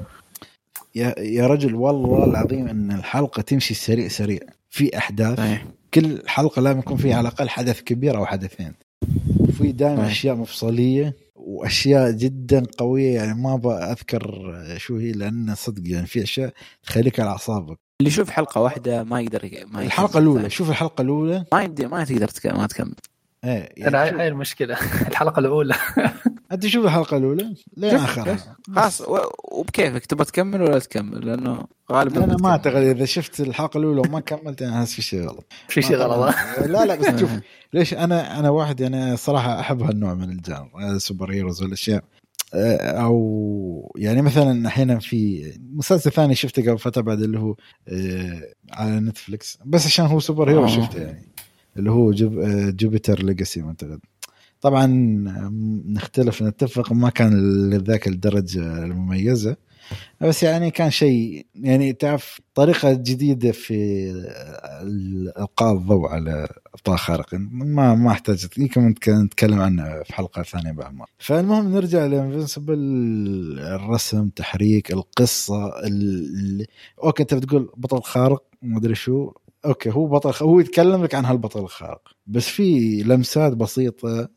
يا رجل والله العظيم ان الحلقه تمشي سريع في احداث. كل حلقه لازم يكون فيها على الاقل حدث كبير او حدثين، وفي دائما اشياء مفصليه واشياء جدا قويه. يعني ما اذكر شو هي لان صدق يعني في اشياء تخليك على اعصابك. اللي يشوف حلقه واحده ما يقدر الحلقه الاولى شوف الحلقه الاولى ما تقدر ما تكمل. يعني انا هاي المشكله الحلقه الاولى انت شوف الحلقه الاولى لين اخرها خلاص وبكيفك تبغى تكمل ولا تكمل، لانه غالبا انا ما اعتقد اذا شفت الحلقه الاولى وما كملت انا في شيء غلط. في شيء غلط لا بس شوف ليش انا واحد يعني صراحه احب هالنوع من الجانر سوبر هيروز والاشياء، او يعني مثلا الحين في مسلسل ثاني شفته قبل فتره بعد اللي هو على نتفليكس بس عشان هو سوبر هيرو شفته يعني اللي هو جوبيتر ليجاسي. منتقد طبعا نختلف نتفق، ما كان لذاك الدرجة المميزة، بس يعني كان شيء يعني تعرف طريقة جديدة في إلقاء الضوء على أبطال خارقين ما احتاجت يمكن نتكلم عنه في حلقة ثانية بعد ما. فالمهم نرجع لإنفنسبل، الرسم، تحريك، القصة أوكي أنت بتقول بطل خارق ما أدري شو، اوكي هو بطل هو يتكلم لك عن هالبطل الخارق، بس في لمسات بسيطه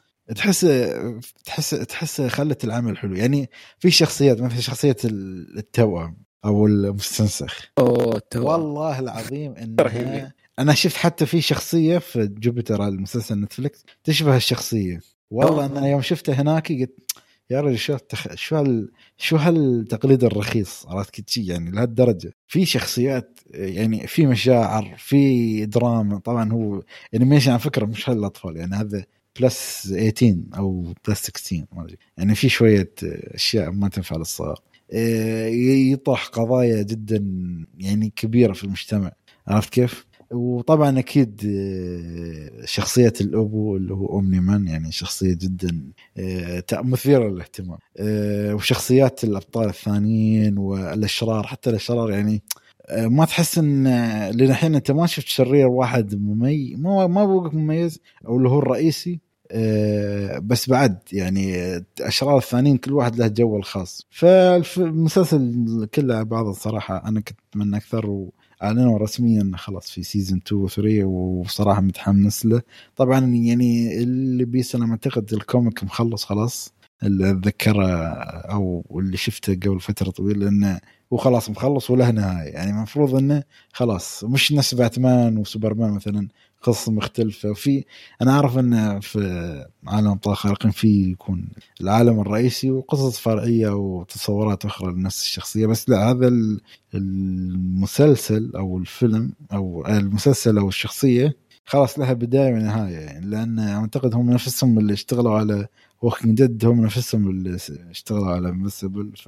تحس خلت العمل حلو. يعني في شخصيات مثل شخصيه التوأم او المستنسخ والله العظيم انها انا شفت حتى في شخصيه في جوبيتر المسلسل نتفليكس تشبه الشخصيه. والله انا يوم شفتها هناك قلت يا رجل شو هالتقليد الرخيص، عرفت كتشي يعني لهالدرجة. في شخصيات يعني، في مشاعر، في دراما. طبعا هو انيميشن على فكرة مش هالأطفال يعني، هذا بلس 18 أو بلس 16 ما أدري يعني، في شوية أشياء ما تنفع للصغار. يطرح قضايا جدا يعني كبيرة في المجتمع، عرفت كيف. وطبعا أكيد شخصية الأبو اللي هو أومني مان يعني شخصية جدا مثيرة للاهتمام. وشخصيات الأبطال الثانيين والأشرار، حتى الأشرار يعني ما تحس ان لنحين انت ما شفت شرير واحد مميز، ما بقولك مميز او اللي هو الرئيسي، بس بعد يعني اشرار الثانيين كل واحد له جو الخاص. فالمسلسل كله بعض الصراحه انا كنت اتمنى اكثر، واعلنوا رسميا خلاص في سيزون 2 و 3، وصراحه متحمس له. طبعا يعني اللي بيسلم اعتقد الكوميك مخلص خلاص، اللي اتذكره او اللي شفته قبل فتره طويله، لانه وخلاص مخلص وله نهاية يعني. مفروض انه خلاص مش نفس باتمان وسوبرمان مثلا قصة مختلفة. وفي انا اعرف انه في عالم ابطال الخارقين في يكون العالم الرئيسي وقصص فرعية وتصورات اخرى لنفس الشخصية، بس لا، هذا المسلسل او الفيلم او المسلسل او الشخصية خلاص لها بداية ونهاية يعني. لان اعتقد هم نفسهم اللي اشتغلوا على ووكينج ديد، هم نفسهم اللي اشتغلوا على انفينسيبل. ف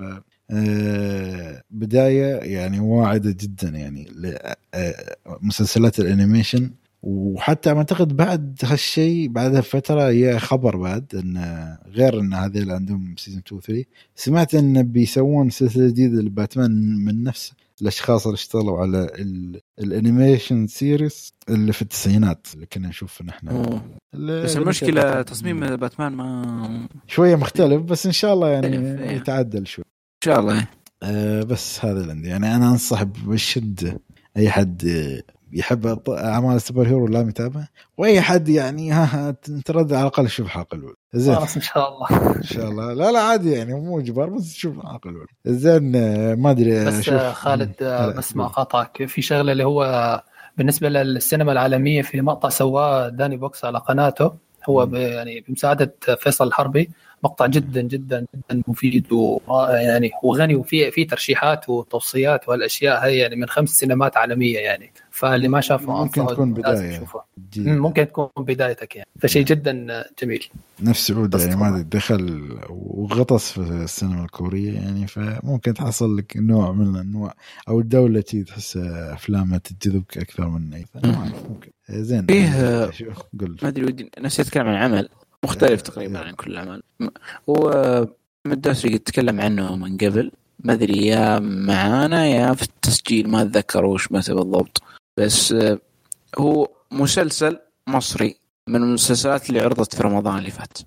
بداية يعني واعدة جدا يعني مسلسلات الانيميشن. وحتى اعتقد بعد هالشيء بعد فترة هي خبر بعد ان غير ان هذه اللي عندهم سيزون 2 3، سمعت ان بيسوون سلسلة جديدة لباتمان من نفس الاشخاص اللي اشتغلوا على الانيميشن سيريس اللي في التسعينات اللي كنا نشوف نحن. بس المشكلة تصميم باتمان ما شوية مختلف، بس ان شاء الله يعني يتعدل شوي ان شاء الله. بس هذا اللي عندي يعني. انا انصح بشدة اي حد يحب اعمال السوبر هيرو لا يتابع، واي حد يعني ترد على الاقل شوف الحلقه الاولى زين خلاص ان شاء الله. ان شاء الله. لا عادي يعني مو اجبار، بس شوف الحلقه الاولى زين. ما ادري بس خالد بس ما قاطعك في شغله اللي هو بالنسبه للسينما العالميه، في مقطع سواه داني بوكس على قناته هو يعني بمساعده فيصل الحربي، مقطع جدا جدا جدا مفيد ويعني وغني وفي ترشيحات وتوصيات والاشياء هي يعني من 5 سينمات عالميه يعني. فاللي ما شافه ممكن تكون بدايه، ممكن تكون بدايتك يعني، فشيء جدا جميل. نفس عودة يعني ما دخل وغطس في السينما الكورية يعني، فممكن تحصل لك نوع من النوع او الدولة تحس افلامها تجذبك اكثر من اي ممكن. زين فيه ما ادري ودي نفسي اتكلم عن عمل مختلف تقريبا عن كل الأعمال، ومداسري يتكلم عنه من قبل، ما أدري يا معانا يا في التسجيل ما أتذكر وش متى بالضبط، بس هو مسلسل مصري من المسلسلات اللي عرضت في رمضان اللي فات.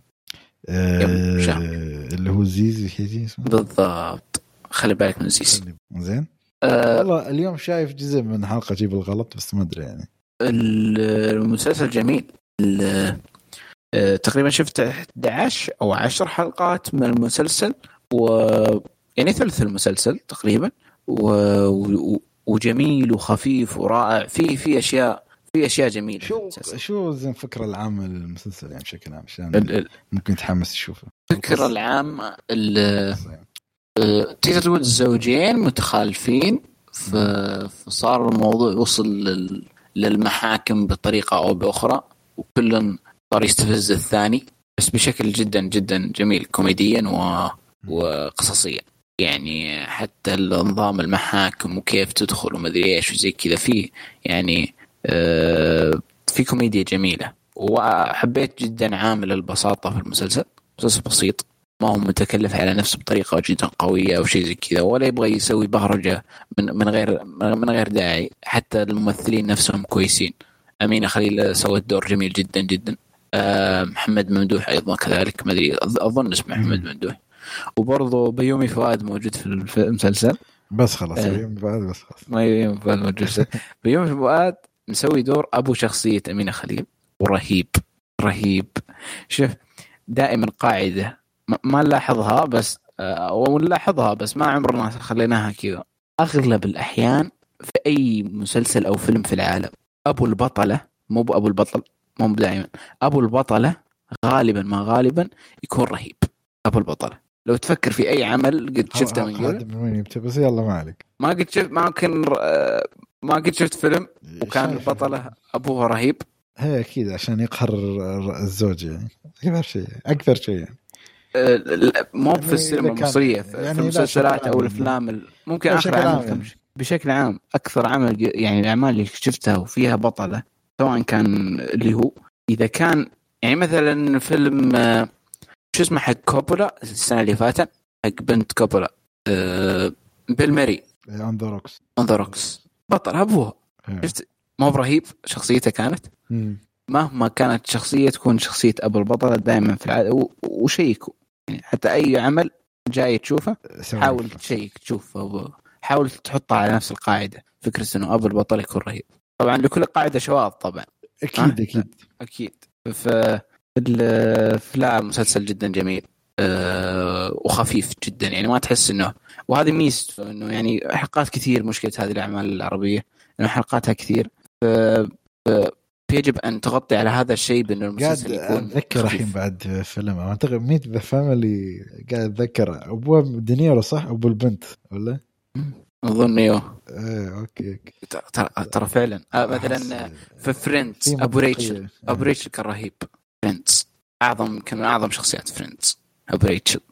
اللي هو زيزي بالضبط، خلي بالك من زيزي. زين والله اليوم شايف جزء من حلقة جيب الغلط بس ما أدري يعني. المسلسل جميل. تقريبا شفت 11 أو 10 حلقات من المسلسل، يعني ثلث المسلسل تقريبا، وجميل وخفيف ورائع. في أشياء جميلة. شو زين فكرة العامة للمسلسل يعني بشكل عام عشان ممكن تحمس تشوفه؟ فكرة العامة تقدر تقول زوجين متخالفين، فصار الموضوع وصل للمحاكم بطريقة أو بأخرى، وكل صار يستفز الثاني، بس بشكل جدا جدا جميل كوميديا وقصصيا يعني. حتى النظام المحاكم وكيف تدخل وما ادري ايش وزي كذا، فيه يعني في كوميديا جميلة. وحبيت جدا عامل البساطة في المسلسل بسيط، ما هو متكلف على نفسه بطريقة جدا قوية أو شيء زي كذا، ولا يبغى يسوي بهرجة من غير داعي. حتى الممثلين نفسهم كويسين. أمينة خليل سوت دور جميل جدا جدا. محمد ممدوح أيضا كذلك، ما أدري أظن اسمه محمد ممدوح. وبرضه بيومي فؤاد موجود في المسلسل، بس خلاص بيومي فؤاد بس خلاص ما بيومي فؤاد موجود. بيومي فؤاد مسوي دور أبو شخصية أمينة خليل، ورهيب. شوف دائما قاعدة ما نلاحظها بس ونلاحظها بس ما عمرنا خليناها كذا. أغلب الأحيان في أي مسلسل أو فيلم في العالم، أبو البطلة مو أبو البطل، مو دائما أبو البطلة غالبا يكون رهيب. أبو البطلة. لو تفكر في أي عمل قد شفته من قبل بس يلا ما عليك، ما قد شفت ما قد شفت فيلم وكان البطلة أبوها رهيب. هي أكيد عشان يقهر الزوج يعني أكثر شيء يعني. مو في السينما المصرية، في المسلسلات أو الأفلام ممكن آخر عمل يعني. بشكل عام أكثر عمل يعني الأعمال اللي شفتها وفيها بطلة سواء كان اللي هو إذا كان يعني مثلا فيلم شو اسمه حق كوبولا السنة اللي فاتت حق بنت كوبولا بيل ماري on the rocks بطل أبوه شفت ما هو رهيب شخصيته كانت مهما كانت شخصية تكون شخصية أبو البطلة دائما في العادة وشيكوا يعني حتى أي عمل جاي تشوفه حاول تشيك تشوفه حاول تحطها على نفس القاعدة فكرة إنه أبو البطل يكون رهيب. طبعا لكل قاعدة شواذ طبعا أكيد فلا مسلسل جدا جميل وخفيف جدا يعني ما تحس إنه وهذه ميزة إنه يعني حلقات كثير. مشكلة هذه الأعمال العربية إنه حلقاتها كثير يجب أن تغطي على هذا الشيء بأنه المسلسل يكون أتذكر الحين بعد فيلم أعتقد ميت ذا فاميلي قاعد أتذكر أبوه دينيرو صح أبو البنت ولا أظن أيوه أوكي ترى فعلا مثلا في فريندز أبو ريتشل كان رهيب. فريندز كان من أعظم شخصيات فريندز أبو ريتشل.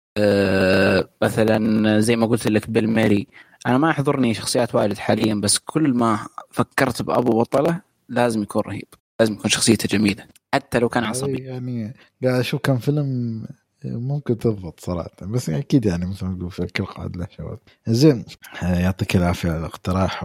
مثلا زي ما قلت لك بيل ماري أنا ما أحضرني شخصيات وايد حاليا بس كل ما فكرت بأبو بطلة لازم يكون رهيب لازم يكون شخصيته جميلة حتى لو كان عصبي يعني قاعد أشوف كم فيلم ممكن تضبط صراحة بس أكيد يعني مثل ما نقول في كل قاعد له شواذ. زين يعطيك العافية على الاقتراح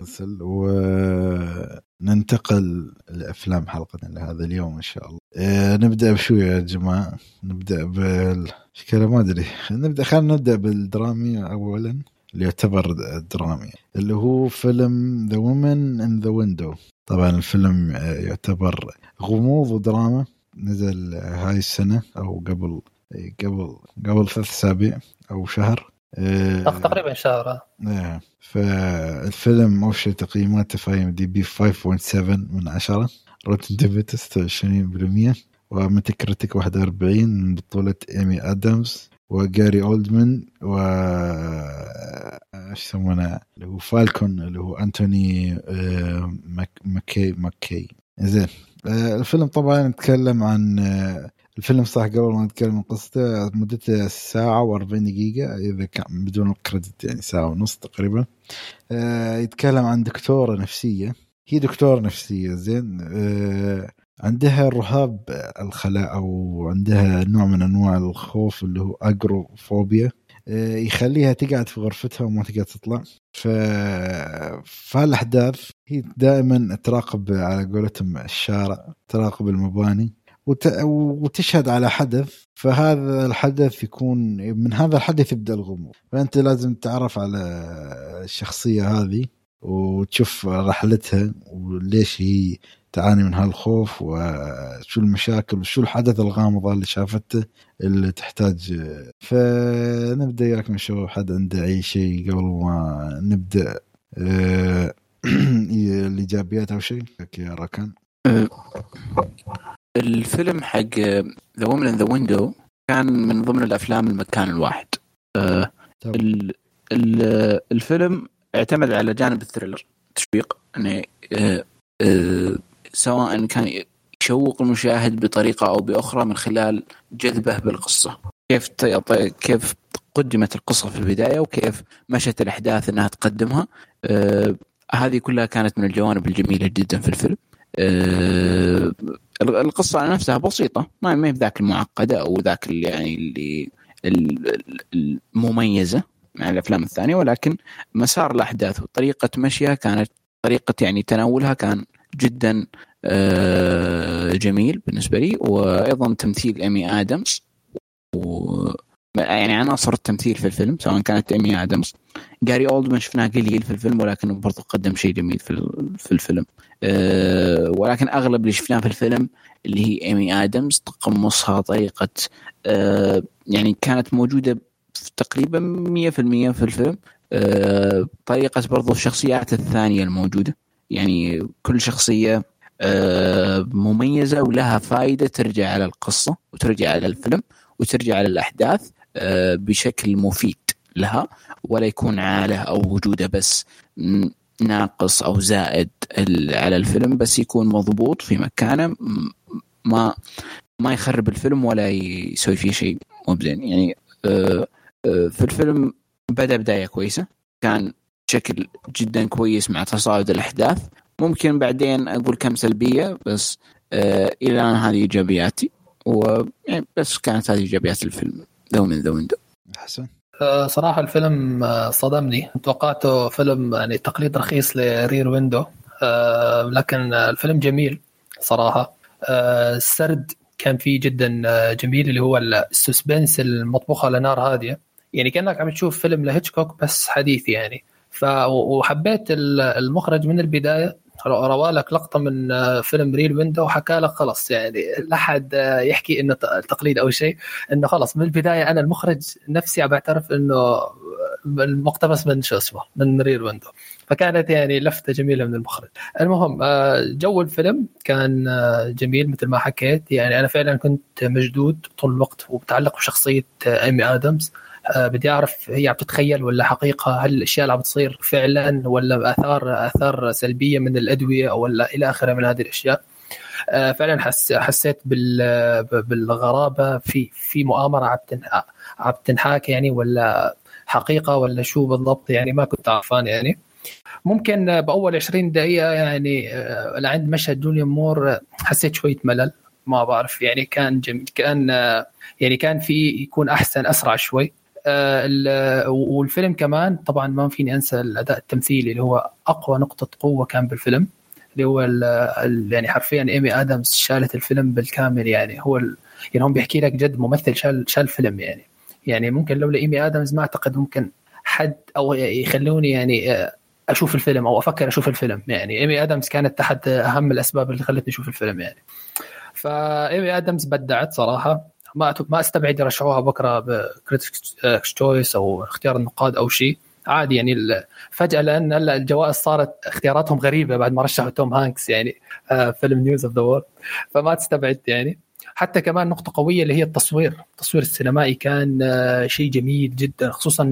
وننتقل لأفلام حلقتنا لهذا اليوم إن شاء الله. نبدأ بشو يا جماعة نبدأ بالشكل ما أدري خلينا نبدأ بالدرامي أولا اللي يعتبر درامي اللي هو فيلم The Woman in the Window. طبعا الفيلم يعتبر غموض ودراما نزل هاي السنة أو قبل 3 أسابيع أو شهر تقريبا شهر. فالفيلم أوشي تقييماته في IMDb 5.7 من 10 Rotten Tomatoes 26% وميتاكريتيك 41 من بطولة إيمي آدمز وجاري أولدمان ايش يسمونه اللي هو فالكون اللي هو أنتوني ماكي. زين الفيلم طبعا نتكلم عن الفيلم صح قبل ما نتكلم عن قصته مدته 1 ساعة و40 دقيقة إذا كان بدون الكريدت يعني 1.5 ساعة تقريبا. يتكلم عن دكتورة نفسية هي دكتورة نفسية زين عندها رهاب الخلاء أو عندها نوع من أنواع الخوف اللي هو أجروفوبيا يخليها تقعد في غرفتها وما تقدر تطلع. فالأحداث هي دائما تراقب على قولتهم الشارع تراقب المباني وتشهد على حدث فهذا الحدث يكون من هذا الحدث يبدأ الغموض فأنت لازم تعرف على الشخصية هذه وتشوف رحلتها وليش هي تعاني من هالخوف وشو المشاكل وشو الحدث الغامضة اللي شافته اللي تحتاج. فنبدأ ياكم شو حد عنده أي شيء قبل ما نبدأ الإيجابيات أو شيء يا ركان. الفيلم حق The Woman in the Window كان من ضمن الأفلام المكان الواحد. الفيلم اعتمد على جانب الثريلر تشويق يعني سواء كان يشوق المشاهد بطريقة أو بأخرى من خلال جذبه بالقصة كيف قدمت القصة في البداية وكيف مشت الأحداث أنها تقدمها. هذه كلها كانت من الجوانب الجميلة جدا في الفيلم. القصة على نفسها بسيطة ما هي ذاك المعقدة أو ذاك يعني اللي المميزة مع الأفلام الثانية ولكن مسار الأحداث وطريقة مشيها كانت طريقة يعني تناولها كان جدا جميل بالنسبة لي. وأيضا تمثيل إيمي آدمز يعني عناصر التمثيل في الفيلم سواء كانت إيمي آدمز جاري أولدمان شفناه قليل في الفيلم ولكن برضو قدم شيء جميل في الفيلم. ولكن أغلب اللي شفناه في الفيلم اللي هي إيمي آدمز تقمصها طريقة يعني كانت موجودة تقريبا 100% في الفيلم. طريقة برضو الشخصيات الثانية الموجودة يعني كل شخصية مميزة ولها فائدة ترجع على القصة وترجع على الفيلم وترجع للأحداث بشكل مفيد لها، ولا يكون عاله أو وجوده بس ناقص أو زائد على الفيلم، بس يكون مضبوط في مكانه، ما يخرب الفيلم ولا يسوي فيه شيء مو زين. يعني في الفيلم بدأ بداية كويسة، كان شكل جدا كويس مع تصاعد الأحداث. ممكن بعدين أقول كم سلبية، بس إلى الآن هذه إيجابياتي، ويعني بس كانت هذه إيجابيات الفيلم ذو من ذو. حسن صراحة الفيلم صدمني، توقعته فيلم يعني تقليد رخيص لرير ويندو، لكن الفيلم جميل صراحة. السرد كان فيه جدا جميل، اللي هو السسبنس المطبوخ على نار هادية، يعني كأنك عم تشوف فيلم لهيتشكوك بس حديث يعني. وحبيت المخرج من البداية، روالك لقطة من فيلم ريل ويندو وحكى لك خلص، يعني لا حد يحكي انه تقليد او شيء، انه خلص من البداية انا المخرج نفسي بعترف انه المقتبس من شو اسمه من ريل ويندو. فكانت يعني لفتة جميلة من المخرج. المهم جو الفيلم كان جميل مثل ما حكيت، يعني انا فعلا كنت مشدود طول الوقت وبتعلق بشخصية إيمي آدمز. بدي أعرف هي عم تتخيل ولا حقيقة، هل الأشياء اللي عم تصير فعلا ولا آثار سلبية من الأدوية أو ولا إلى آخره من هذه الأشياء. فعلا حسيت بالغرابة في مؤامرة عم تنحاك يعني، ولا حقيقة ولا شو بالضبط، يعني ما كنت عارفان. يعني ممكن بأول 20 دقيقة يعني لعند مشهد جوليان مور حسيت شوية ملل، ما بعرف يعني كان جميل، كان يعني كان في يكون أحسن أسرع شوي. والفيلم كمان طبعا ما فيني أنسى الأداء التمثيلي اللي هو أقوى نقطة قوة كان بالفيلم، اللي هو يعني حرفيا إيمي آدمز شالت الفيلم بالكامل. يعني هو يعني هم بيحكي لك جد ممثل شال الفيلم يعني ممكن لولا إيمي آدمز ما أعتقد ممكن حد أو يخلوني يعني أشوف الفيلم أو أفكر أشوف الفيلم. يعني إيمي آدمز كانت أحد أهم الأسباب اللي خلتني أشوف الفيلم يعني. فإيمي آدمز بدعت صراحة، ما استبعد يرشحوها بكرة بكريتيكس تشويس أو اختيار النقاد أو شيء عادي يعني. فجأة لأن الجوائز صارت اختياراتهم غريبة بعد ما رشحوا توم هانكس يعني فيلم نيوز أوف ذا وورلد، فما تستبعد يعني. حتى كمان نقطة قوية اللي هي التصوير السينمائي كان شيء جميل جدا، خصوصا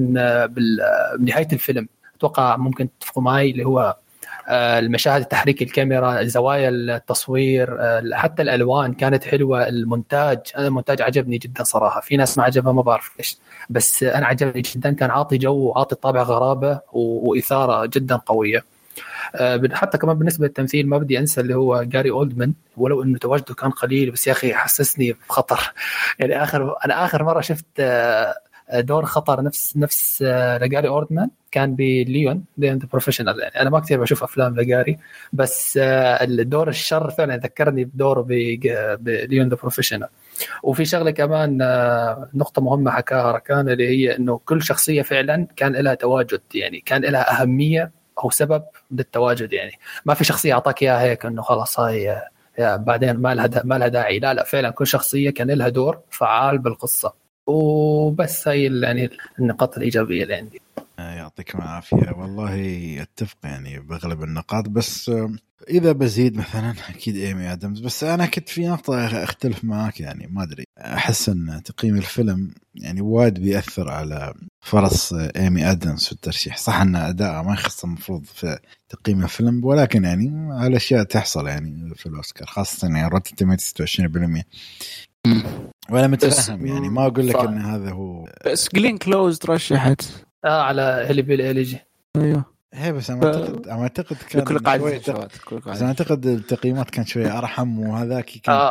بنهاية الفيلم. أتوقع ممكن تتفقوا معي اللي هو المشاهد، تحريك الكاميرا، زوايا التصوير، حتى الألوان كانت حلوة. المونتاج عجبني جدا صراحة. في ناس ما عجبها ما بعرف ليش، بس أنا عجبني جدا، كان عاطي جو، عاطي طابع غرابة وإثارة جدا قوية. حتى كمان بالنسبة للتمثيل ما بدي أنسى اللي هو جاري أولدمان، ولو إنه تواجده كان قليل بس يا أخي حسسني بخطر يعني. أنا آخر مرة شفت دور خطر نفس لجاري أوردمان كان بليون ذا بروفيشنال. يعني أنا ما كثير بشوف أفلام لجاري، بس الدور الشر فعلا ذكرني بدور بليون ذا بروفيشنال. وفي شغلة كمان نقطة مهمة حكاها ركان، اللي هي إنه كل شخصية فعلا كان لها تواجد، يعني كان لها أهمية أو سبب للتواجد. يعني ما في شخصية أعطاك إياها هيك إنه خلاص هاي بعدين ما لها داعي، لا فعلا كل شخصية كان لها دور فعال بالقصة. وبس هاي يعني النقاط الإيجابية اللي عندي. يعطيكم العافية، والله اتفق يعني بأغلب النقاط، بس إذا بزيد مثلا أكيد إيمي آدمز. بس أنا كنت في نقطة أختلف معك، يعني ما أدري، أحس أن تقييم الفيلم يعني وايد بيأثر على فرص إيمي آدمز في الترشيح. صح أن أداءه ما يخص المفروض في تقييم الفيلم، ولكن يعني هالأشياء تحصل يعني في الأوسكار، خاصة يعني روتن توميتوز 26%. وأنا متفهم يعني، ما أقول لك إن هذا هو، بس جلين كلوز ترشحت على هيلي بيل إيليجي. أيوه هي بس أنا أعتقد كان كل قاعدة شوية بس أعتقد التقييمات كانت شوية أرحم، وهذاك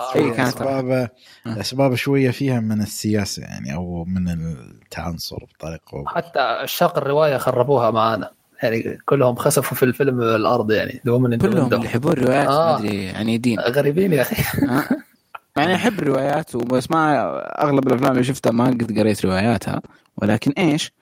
كانت أسباب شوية فيها من السياسة يعني، أو من التعنصر بطريقة. حتى عشاق الرواية خربوها معانا يعني، كلهم خسفوا في الفيلم الأرض يعني، كلهم اللي يحبون الروايات ما أدري يعني دين غريبين يا أخي. يعني أحب الروايات وبس، ما أغلب الأفلام اللي شفتها ما قد قريت رواياتها، ولكن إيش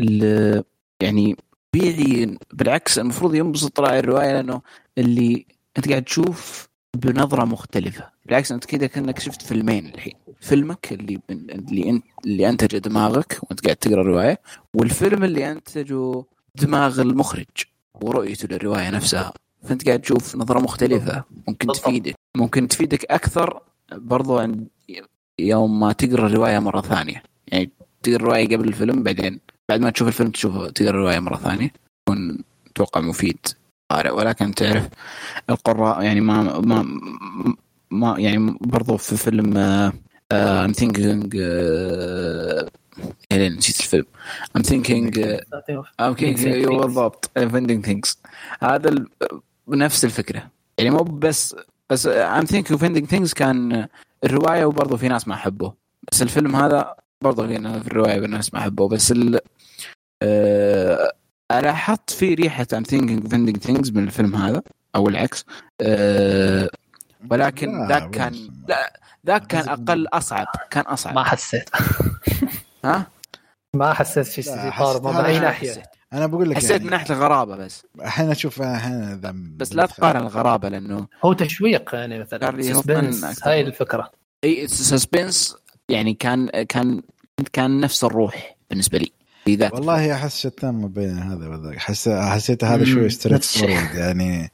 يعني بيعي بالعكس المفروض ينبسط راعي الرواية، لأنه اللي أنت قاعد تشوف بنظرة مختلفة. بالعكس أنت كده كأنك شفت فيلمين الحين، فيلمك اللي أنتج دماغك وأنت قاعد تقرأ الرواية، والفيلم اللي أنتجه دماغ المخرج ورؤيته للرواية نفسها. فأنت قاعد تشوف نظرة مختلفة ممكن تفيدك أكثر برضو عن يوم ما تقرأ الرواية مرة ثانية، يعني تقرأ الرواية قبل الفيلم، بعدين بعد ما تشوف الفيلم تقرأ الرواية مرة ثانية، يكون توقع مفيد قارئ. ولكن تعرف القراء يعني ما يعني برضو في فيلم I'm thinking يعني نسيت الفيلم I'm thinking بالضبط Vending Things، هذا نفس الفكرة يعني، مو بس I'm thinking Vending Things كان الرواية وبرضو في ناس ما حبوه، بس الفيلم هذا برضو في الرواية والناس ما حبوه، بس لاحظت في ريحة I'm thinking Vending Things من الفيلم هذا أو العكس. ولكن ذاك كان ذاك كان أقل أصعب، كان أصعب. ما حسيت ها ما حسيت شيء صار من أي ناحية. أنا بقول لك حسيت يعني من ناحية الغرابة، بس أحيانا أشوف أحيانا بس لا تقارن الغرابة، لأنه هو تشويق يعني مثلا سسبنس، هاي الفكرة. أي سسبنس يعني كان نفس الروح بالنسبة لي في ذاك. والله أحس شتان ما بين هذا وذاك، حسيت هذا شوي ستريت فورورد يعني.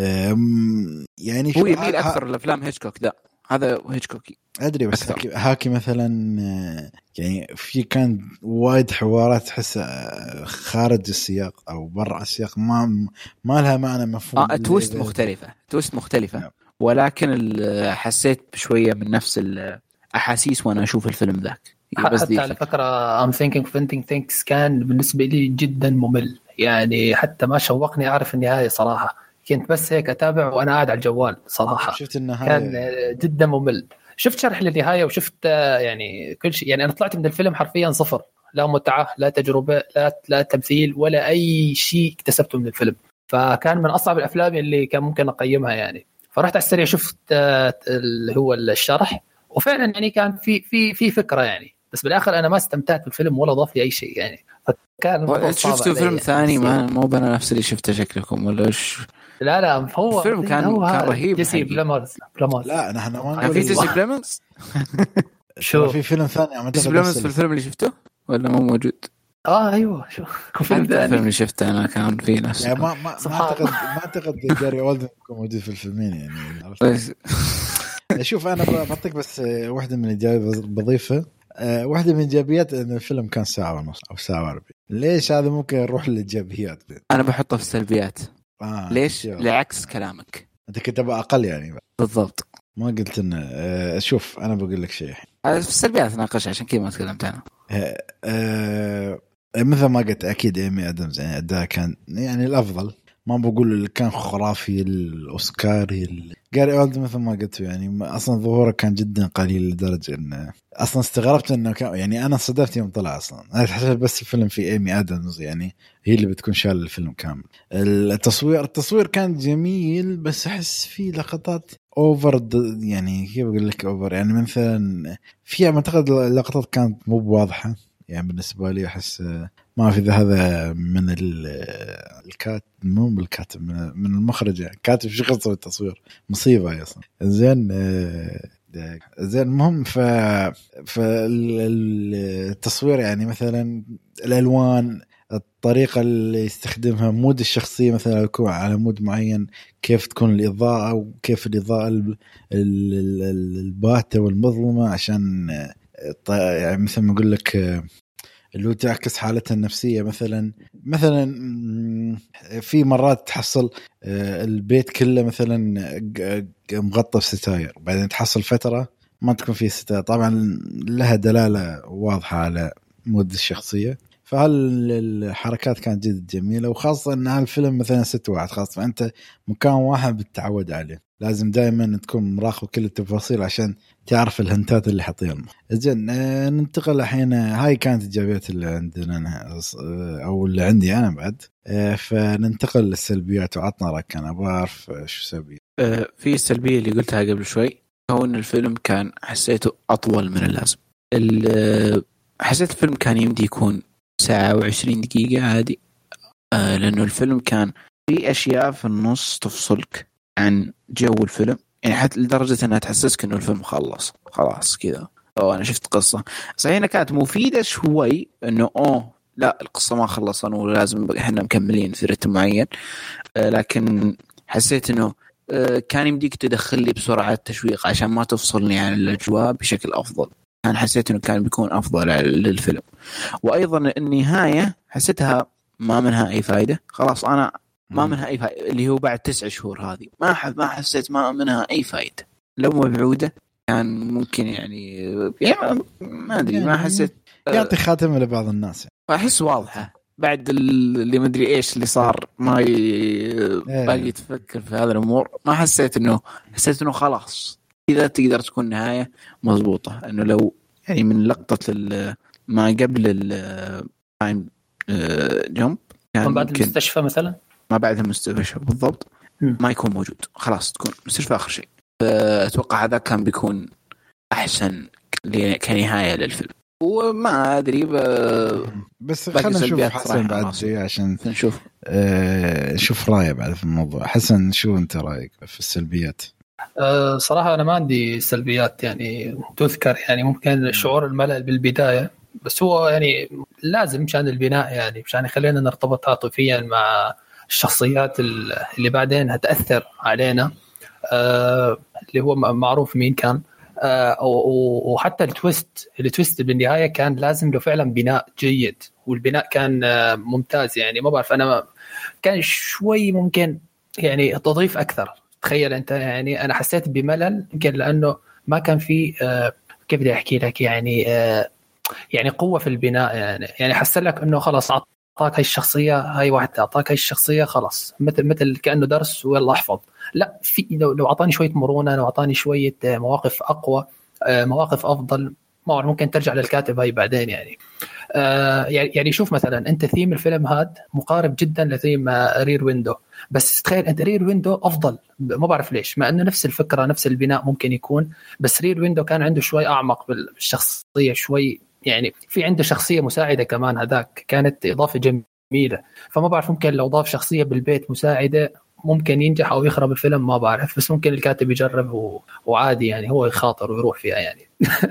يعني هو يميل أكثر لأفلام هيتشكوك، هذا هيتشكوكي أدري، بس هاكي مثلا يعني في كان وايد حوارات تحس خارج السياق أو برا السياق، ما لها معنى مفهوم. تويست مختلفة ولكن حسيت بشوية من نفس الأحاسيس وأنا أشوف الفيلم ذاك. حتى على فكرة I'm thinking Vending Things كان بالنسبة لي جدا ممل، يعني حتى ما شوقني أعرف النهاية صراحة، كنت بس هيك أتابع وأنا قاعد على الجوال صراحة. شفت النهاية كان جدا ممل، شفت شرح للنهاية وشفت يعني كل شيء، يعني أنا طلعت من الفيلم حرفيا صفر، لا متعة لا تجربة لا تمثيل ولا أي شيء اكتسبته من الفيلم. فكان من أصعب الأفلام اللي كان ممكن أقيمها يعني. فرحت على السريع شفت اللي هو الشرح، وفعلا يعني كان في فكرة يعني، بس بالآخر أنا ما استمتعت بالفيلم ولا ضاف لي أي شيء يعني. فكان شفته فيلم ثاني مو بنا نفس اللي شفته شكلكم ولا إيش؟ لا هو الفيلم كان رهيب. جيسي بلامرز. لا نحن ما نقول في جيسي بلامرز. شو في فيلم ثاني جيسي بلامرز في الفيلم اللي شفته ولا مو موجود؟ ايوه شو الفيلم اللي شفته انا كان فيه نفس يعني ما اعتقد جاري اولدن يكون موجود في الفيلمين يعني. شوف انا بعطيك بس واحده من الايجابيات بضيفها. واحده من الايجابيات ان الفيلم كان ساعه ونص او ساعه و40. ليش هذا ممكن نروح للايجابيات؟ انا بحطه في السلبيات. ليش؟ لعكس كلامك انت كنت تبغى اقل يعني. بالضبط، ما قلت انه شوف انا بقول لك شيء في السلبيات ناقش، عشان كذا ما تكلمت انا. مثل ما قلت اكيد ايمي ادمز يعني اداء كان يعني الافضل، ما بقول اللي كان خرافي الاوسكاري. جاري اولد مثل ما قلت يعني اصلا ظهوره كان جدا قليل لدرجه ان اصلا استغربت انه كان يعني انا صدفت يوم طلع. اصلا انا حسيت بس الفيلم في ايمي ادمز يعني هي اللي بتكون شال الفيلم كامل. التصوير كان جميل، بس احس في لقطات اوفر يعني كيف اقول لك اوفر، يعني مثلا في اعتقد اللقطات كانت مو واضحه يعني بالنسبه لي. احس ما في هذا من الكاتب، مو بالكاتب، من المخرج يعني. كاتب شو قصة التصوير مصيبة اصلا. زين المهم التصوير يعني مثلا الالوان، الطريقة اللي يستخدمها، مود الشخصية مثلا يكون على مود معين، كيف تكون الإضاءة وكيف الإضاءة الباتة والمظلمة، عشان يعني مثل ما أقول لك اللي هو تعكس حالتها النفسية. مثلا في مرات تحصل البيت كله مثلا مغطى بستاير، بعدين تحصل فترة ما تكون فيه ستاير، طبعا لها دلالة واضحة على مود الشخصية. فهالحركات كانت جدا جميلة، وخاصة ان هالفيلم مثلا 6:1 خاصة، فانت مكان واحد بتتعود عليه، لازم دائما تكون مراقب كل التفاصيل عشان تعرف الهنتات اللي حاطينها. زين ننتقل الحين، هاي كانت الإيجابيات اللي عندنا او اللي عندي انا بعد. فننتقل للسلبيات، وعطنا رأيك. انا بعرف شو سلبي. في السلبية اللي قلتها قبل شوي، هو ان الفيلم كان حسيته اطول من اللازم. حسيت الفيلم كان يمدي يكون 1:20 دقيقة عادي، لأنه الفيلم كان في أشياء في النص تفصلك عن جو الفيلم، يعني حتى لدرجة أنها تحسسك أنه الفيلم خلاص كذا، أنا شفت قصة صحيح أنها كانت مفيدة شوي، أنه لا القصة ما خلصنا ولازم إحنا مكملين في رتم معين، لكن حسيت أنه كان يمديك تدخل لي بسرعة تشويق عشان ما تفصلني عن الأجواء بشكل أفضل. أنا حسيت إنه كان بيكون أفضل للفيلم. وأيضا النهاية حسيتها ما منها أي فائدة. خلاص أنا ما منها أي فائدة، اللي هو بعد 9 شهور هذه ما حسيت ما منها أي فائدة. لو مبعودة كان ممكن يعني ما أدري، ما حسيت يعطي خاتمة لبعض الناس. أحس واضحة بعد اللي ما أدري إيش اللي صار، ما باقي تفكر في هذا الأمور. ما حسيت إنه خلاص إذا تقدر تكون نهاية مضبوطة. إنه لو يعني من لقطة ما قبل التايم جمب كان بعد المستشفى مثلا، ما بعد المستشفى بالضبط ما يكون موجود، خلاص تكون مستشفى آخر شيء. أتوقع هذا كان بيكون أحسن كنهاية للفيلم. وما أدري بس خلينا نشوف حسن بعد شيء عشان نشوف نشوف رأيه بعد في الموضوع. حسن شو أنت رأيك في السلبيات؟ صراحة أنا ما عندي سلبيات يعني تذكر، يعني ممكن شعور الملل بالبداية، بس هو يعني لازم مشان البناء، يعني مشان يخلينا نرتبط عاطفيا مع الشخصيات اللي بعدين هتأثر علينا، اللي هو معروف مين كان. وحتى التويست بالنهاية كان لازم له فعلا بناء جيد، والبناء كان ممتاز. يعني ما بعرف أنا كان شوي ممكن يعني تضيف أكثر. تخيل أنت، يعني أنا حسيت بملل يمكن لأنه ما كان في كيف بدي أحكي لك يعني قوة في البناء. يعني حس لك إنه خلاص أعطاك هاي الشخصية، هاي واحدة أعطاك هاي الشخصية، خلاص مثل كأنه درس ويلا أحفظ. لا، في لو أعطاني شوية مرونة، لو أعطاني شوية مواقف أقوى، مواقف أفضل، ما ممكن ترجع للكاتب هاي بعدين. يعني شوف مثلا أنت ثيم الفيلم هاد مقارب جدا لثيم رير ويندو، بس تخيل أنت رير ويندو أفضل، ما بعرف ليش، مع أنه نفس الفكرة نفس البناء ممكن يكون، بس رير ويندو كان عنده شوي أعمق بالشخصية، شوي يعني في عنده شخصية مساعدة كمان، هذاك كانت إضافة جميلة. فما بعرف ممكن لو ضاف شخصية بالبيت مساعدة ممكن ينجح أو يخرب الفيلم، ما بعرف، بس ممكن الكاتب يجرب وعادي يعني هو يخاطر ويروح فيها يعني.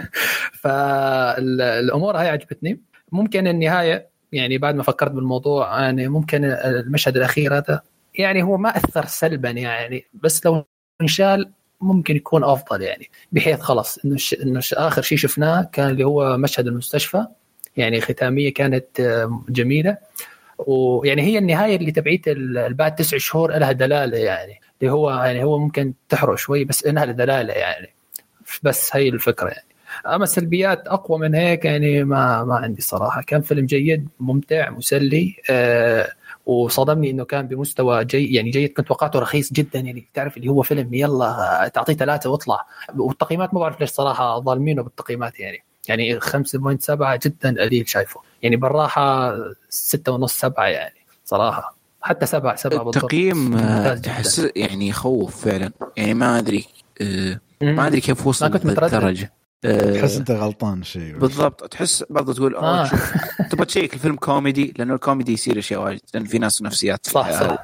فالأمور هاي عجبتني. ممكن النهاية يعني بعد ما فكرت بالموضوع، يعني ممكن المشهد الأخير هذا يعني هو ما أثر سلبا يعني، بس لو انشال ممكن يكون أفضل، يعني بحيث خلص إنه آخر شيء شفناه كان اللي هو مشهد المستشفى، يعني ختامية كانت جميلة. ويعني هي النهاية اللي تبعيت بعد 9 شهور لها دلالة، يعني اللي هو يعني هو ممكن تحرق شوي بس إنها دلالة يعني، بس هي الفكرة يعني. أما السلبيات أقوى من هيك يعني ما عندي صراحة. كان فيلم جيد ممتع مسلي، وصدمني إنه كان بمستوى يعني جيد. كنت توقعته رخيص جدا، يعني تعرف اللي هو فيلم يلا تعطيه 3 واطلع. والتقييمات ما بعرف ليش صراحة ظالمينه بالتقييمات، يعني 5.7 جدا قليل شايفه، يعني بالراحة 6.5 7 يعني صراحة، حتى 7 التقييم تحس يعني يخوف فعلا. يعني ما أدري ما أدري كيف وصل للدرجة. تحس أنت غلطان شيء بالضبط. تحس برضه تقول تبغى تشيك الفيلم كوميدي، لأنه الكوميدي يصير أشياء واجد، لأن في ناس نفسيات صح.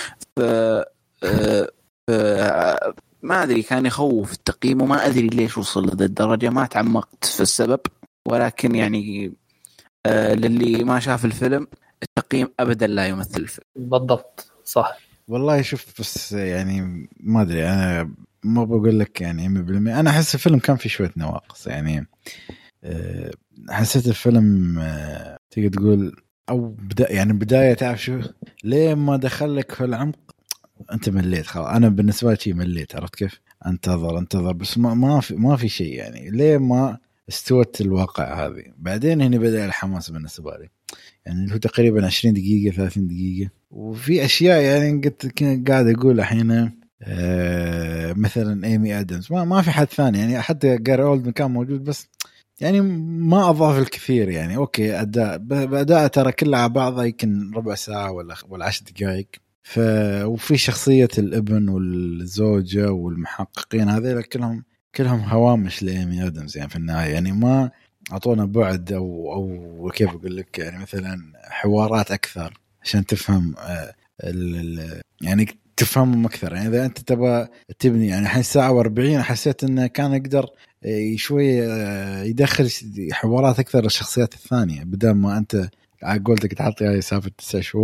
ما أدري كان يخوف التقييم، وما أدري ليش وصل لهذه الدرجة. ما تعمقت في السبب، ولكن يعني للي ما شاف الفيلم التقييم أبدا لا يمثل الفيلم. بالضبط صح. والله شوف، بس يعني ما أدري، أنا ما بقول لك يعني 100%. أنا أحس الفيلم كان فيه شوية نواقص، يعني حسيت الفيلم تيجي تقول أو بداية تعرف شو ليه ما دخلك في العمق، أنت مليت خلاص. أنا بالنسبة لي مليت، عرفت كيف؟ انتظر بس ما في شيء، يعني ليه ما استوت الواقع هذه. بعدين هنا بدأ الحماس بالنسبة لي، يعني اللي هو تقريبا 20 دقيقة 30 دقيقة، وفي أشياء يعني كنت قاعد أقول الحين مثلا إيمي آدمز ما في حد ثاني، يعني حتى جاري أولدمان كان موجود بس يعني ما أضاف الكثير. يعني أوكي أداء ترى كله على بعضه يمكن ربع ساعة ولا 10 دقائق. وفي شخصية الابن والزوجة والمحققين هذول كلهم هوامش لإيمي آدمز يعني في النهاية، يعني ما أعطونا بعد أو كيف أقول لك، يعني مثلا حوارات أكثر عشان تفهم يعني تفهمهم أكثر. يعني إذا أنت تبغى تبني يعني حين 1:40 حسيت إنه كان يقدر شوي يدخل حوارات أكثر للشخصيات الثانية، بدل ما أنت قلتك تعطي هاي سالفة 9 شهور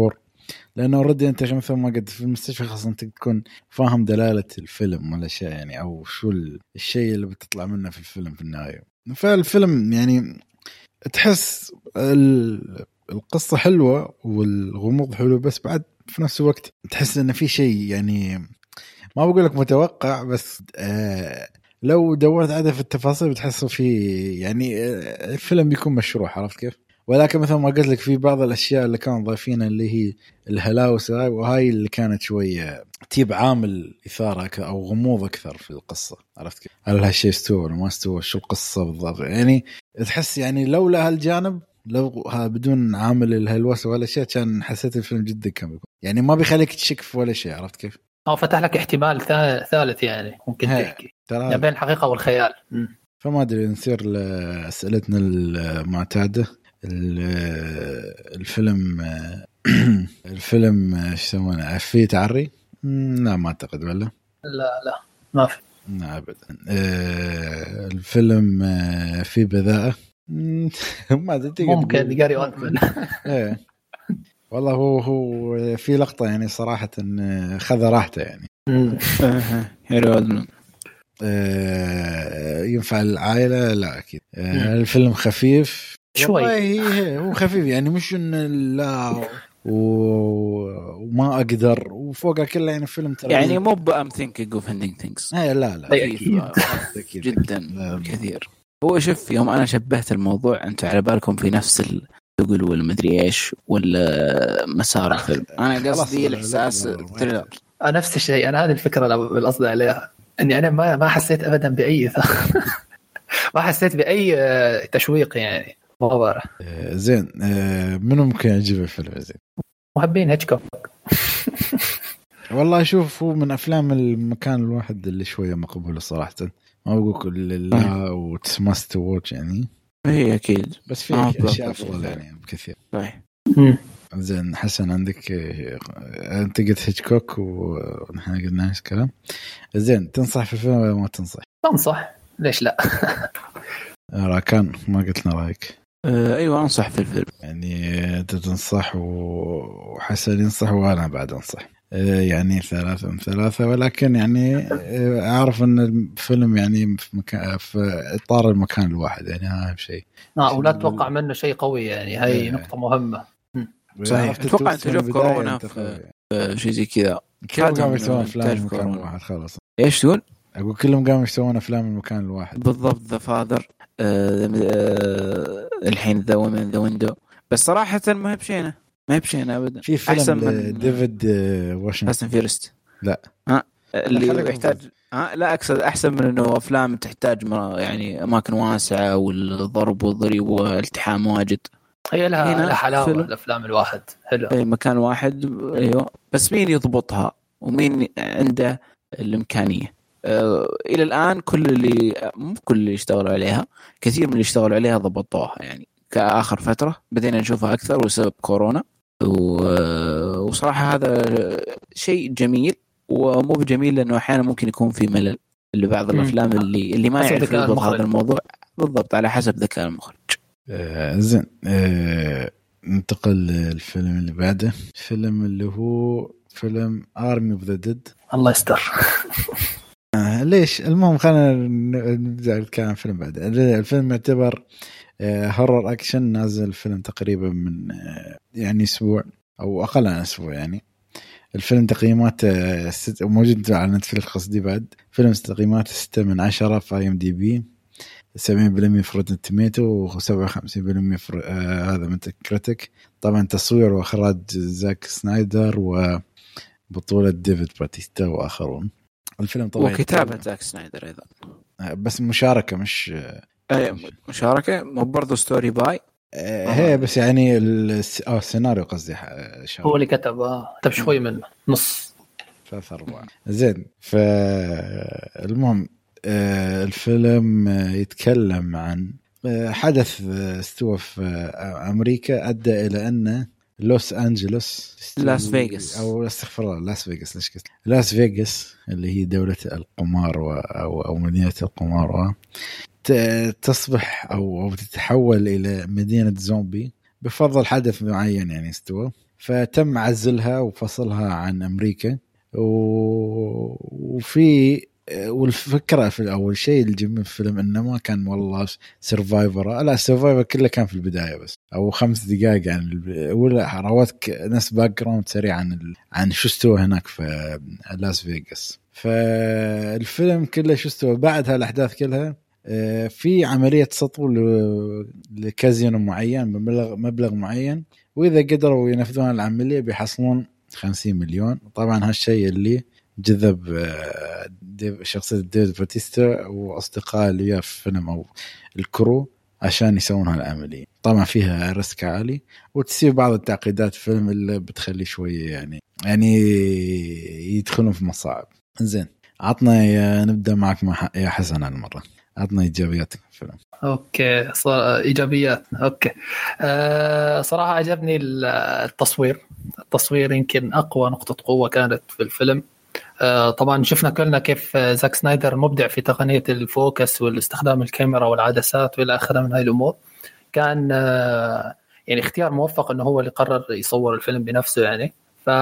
لانه اوريدي انت مثل ما قلت في المستشفى خاصه انت تكون فاهم دلاله الفيلم ولا شيء يعني، او شو الشيء اللي بتطلع منه في الفيلم في النهايه. فالفيلم يعني تحس القصه حلوه والغموض حلو، بس بعد في نفس الوقت تحس انه في شيء يعني ما بقول لك متوقع، بس لو دورت عادة في التفاصيل بتحسه في يعني الفيلم بيكون مشروع، عرفت كيف؟ ولكن مثل ما قلت لك في بعض الأشياء اللي كانوا ضايفينها اللي هي الهلاوس هاي، وهاي اللي كانت شوية تجيب عامل إثارة أو غموض أكثر في القصة، عرفت كيف؟ هل هالشيء استوى ولا ما استوى، شو القصة بالضبط يعني. تحس يعني لولا هالجانب، لو بدون عامل الهلوسة ولا شيء، كان حسيت الفيلم جدا كان بيكون يعني ما بيخليك تشك في ولا شيء، عرفت كيف؟ أو فتح لك احتمال ثالث يعني ممكن تحكي يعني بين الحقيقة والخيال. فما أدري، نصير لأسئلتنا المعتادة. الفيلم الفيلم ايش يسمونه، فيه تعري؟ لا ما أعتقد، ولا لا ما في، لا أبدا. الفيلم فيه بذاءة؟ ما أدري، ممكن جاري أوتمان. والله هو في لقطة يعني صراحة خذ راحته يعني. ينفع العائلة؟ لا أكيد. الفيلم خفيف شوي، هو خفيف يعني، مش إنه لا وما أقدر وفوقها كله يعني فيلم يعني مو I'm thinking of ending things. لا أكيد جدا كثير. هو شوف، يوم أنا شبهت الموضوع أنتوا على بالكم في نفس تقول ولا مدري إيش ولا مسار الفيلم، أنا قصدي الإحساس الثريلر. نفس الشيء، أنا هذه الفكرة اللي القصد عليها، إني أنا ما حسيت أبدا بأي ما حسيت بأي تشويق يعني. مباراه زين. منو ممكن يعجب الفيلم؟ زين، محبين هيتشكوك. والله شوف، هو من أفلام المكان الواحد اللي شوية مقبولة صراحة، ما بقول كل لا وتسمست ووتش يعني، هي أكيد، بس في أشياء أفضل يعني بكثير. زين حسن، عندك أنت قلت هيتشكوك ونحن قلنا نفس الكلام. زين، تنصح في الفيلم ولا ما تنصح؟ تنصح، ليش لا؟ راكان ما قلت لنا رأيك. أيوة أنصح في الفيلم يعني أنت تنصح وحسن ينصح وأنا بعد أنصح، يعني 3 من 3. ولكن يعني أعرف أن الفيلم يعني في إطار المكان الواحد يعني، أهم شيء. ولا تتوقع منه شيء قوي يعني، هاي نقطة مهمة. صحيح. أتوقع أنت شوف كورونا في شيء زي كذا، كلهم قاموا يسوون أفلام في مكان واحد خلاص. إيش تقول؟ أقول كلهم قاموا يسوون أفلام المكان الواحد بالضبط. ذا فاذر، الحين ذا ومن ذا ويندو، بس صراحة ما هي بشينة أبدا. في فيلم ديفيد واشنطن فيرست، لا اللي يحتاج لا أقصد أحسن من إنه أفلام تحتاج يعني أماكن واسعة والضرب والضريب والالتحام واجد. هي لها حلاوة الأفلام الواحد حلو، أي مكان واحد. أيوة، بس مين يضبطها ومين عنده الإمكانية؟ إلى الآن كل اللي يشتغلوا عليها، كثير من اللي يشتغلوا عليها ضبطوها يعني كآخر فترة بدينا نشوفها أكثر بسبب كورونا. وصراحة هذا شيء جميل ومو بجميل، لأنه أحيانا ممكن يكون في ملل اللي بعض الأفلام اللي ما يعرف يضبط هذا الموضوع بالضبط على حسب ذكاء المخرج. زين، ننتقل للفيلم اللي بعده، الفيلم اللي هو فيلم Army of the Dead. الله يستر. ليش؟ المهم خلينا نبدأ نتكلم عن فيلم بعد. الفيلم يعتبر هورر أكشن، نازل الفيلم تقريبا من يعني أسبوع أو أقل عن أسبوع يعني. الفيلم تقييمات موجود على نتفليكس قصدي، بعد فيلم تقييمات 6 من 10 في IMDb، 70% في روتن توميتو و57% في هذا ميتاكريتيك. طبعا تصوير واخراج زاك سنايدر وبطولة ديفيد باتيستا واخرون. الفيلم طبعا وكتابة زاك سنايدر ايضا، بس مشاركة مش مشاركة، مو برضو ستوري باي هي بس يعني السيناريو قصدي هو اللي كتب شوي من نص 3/4. زين، فالمهم الفيلم يتكلم عن حدث استوى في أمريكا أدى إلى أن لوس أنجلوس لاس فيغاس أو استغفر الله لاس فيغاس، ليش كده لاس فيغاس اللي هي دولة القمار أو مدينة القمار تصبح أو تتحول إلى مدينة زومبي بفضل حدث معين يعني استوى. فتم عزلها وفصلها عن أمريكا. وفي والفكرة في أول شيء الجميل في الفيلم إنه ما كان والله سيرفايفر، لا السيرفايفر كله كان في البداية بس أو 5 دقائق يعني، ولا رواتك ناس باك جراوند سريع عن شو استوى هناك في لاس فيغاس. فالفيلم كله شو استوى بعد هالأحداث كلها. في عملية سطو لكازينو معين بمبلغ معين، وإذا قدروا ينفذون العملية بيحصلون 50 مليون. طبعا هالشيء اللي جذب شخصية ديفيد باتيستا وأصدقائه اللي في الفيلم أو الكرو عشان يسوون هالعملية. طبعا فيها ريسك عالي وتصير بعض التعقيدات في الفيلم اللي بتخلي شوية يعني يدخلون في مصاعب. زين عطنا نبدأ معك يا حسن هالمرة، عطنا إيجابياتك في الفيلم. اوكي ايجابيات. اوكي صراحه عجبني التصوير يمكن اقوى نقطه قوه كانت في الفيلم. طبعا شفنا كلنا كيف زاك سنايدر مبدع في تقنيه الفوكس والاستخدام الكاميرا والعدسات والى اخره من هاي الامور. كان يعني اختيار موفق انه هو اللي قرر يصور الفيلم بنفسه يعني.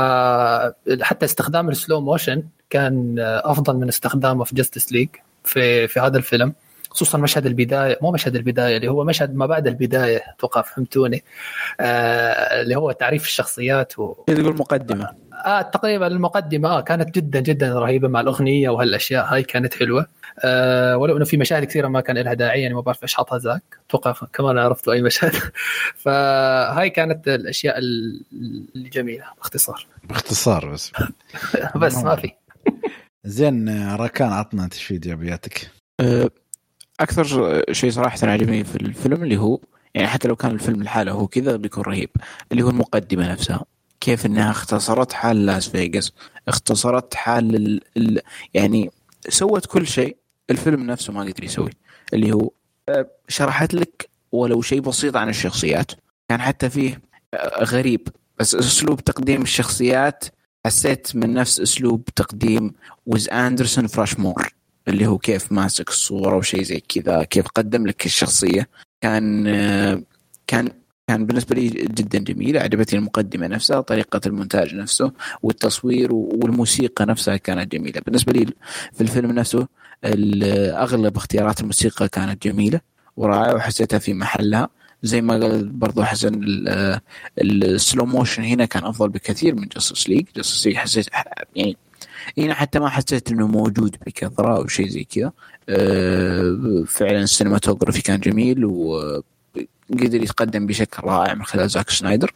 فحتى استخدام السلو موشن كان افضل من استخدامه في جاستس ليج في هذا الفيلم، خصوصا مشهد البداية، مو مشهد البداية اللي هو مشهد ما بعد البداية، توقع فهمتوني، اللي هو تعريف الشخصيات تقول مقدمة. تقريبا المقدمة كانت جدا جدا رهيبة مع الأغنية وهالأشياء هاي كانت حلوة. ولو إنه في مشاهد كثيرة ما كان لها داعي يعني، ما بعرف إيش حطها زاك، توقع كمان عرفتوا أي مشهد. فهاي كانت الأشياء اللي جميلة باختصار بس ما في. زين راكان عطنا تشوي إيجابياتك. أكثر شيء صراحة عجبني في الفيلم اللي هو يعني حتى لو كان الفيلم الحالة هو كذا بيكون رهيب، اللي هو المقدمة نفسها، كيف إنها اختصرت حال لاس فيغاس، اختصرت حال يعني سوت كل شيء الفيلم نفسه ما قدر يسوي، اللي هو شرحت لك ولو شيء بسيط عن الشخصيات، كان حتى فيه غريب بس أسلوب تقديم الشخصيات حسيت من نفس أسلوب تقديم ويز أندرسون فراشمور، اللي هو كيف ماسك الصورة وشيء زي كذا، كيف قدم لك الشخصية. كان بالنسبة لي جدا جميل، عجبتني المقدمة نفسها، طريقة المونتاج نفسه والتصوير والموسيقى نفسها كانت جميلة. بالنسبة لي في الفيلم نفسه أغلب اختيارات الموسيقى كانت جميلة ورائعة وحسيتها في محلها، زي ما قال برضو حسن السلو موشن هنا كان أفضل بكثير من جاستس ليج. حسيت يعني هنا حتى ما حسيت إنه موجود بكثرة أو شيء زي كذا. فعلا السينماتوغرافي كان جميل وقدر يتقدم بشكل رائع من خلال زاك سنايدر.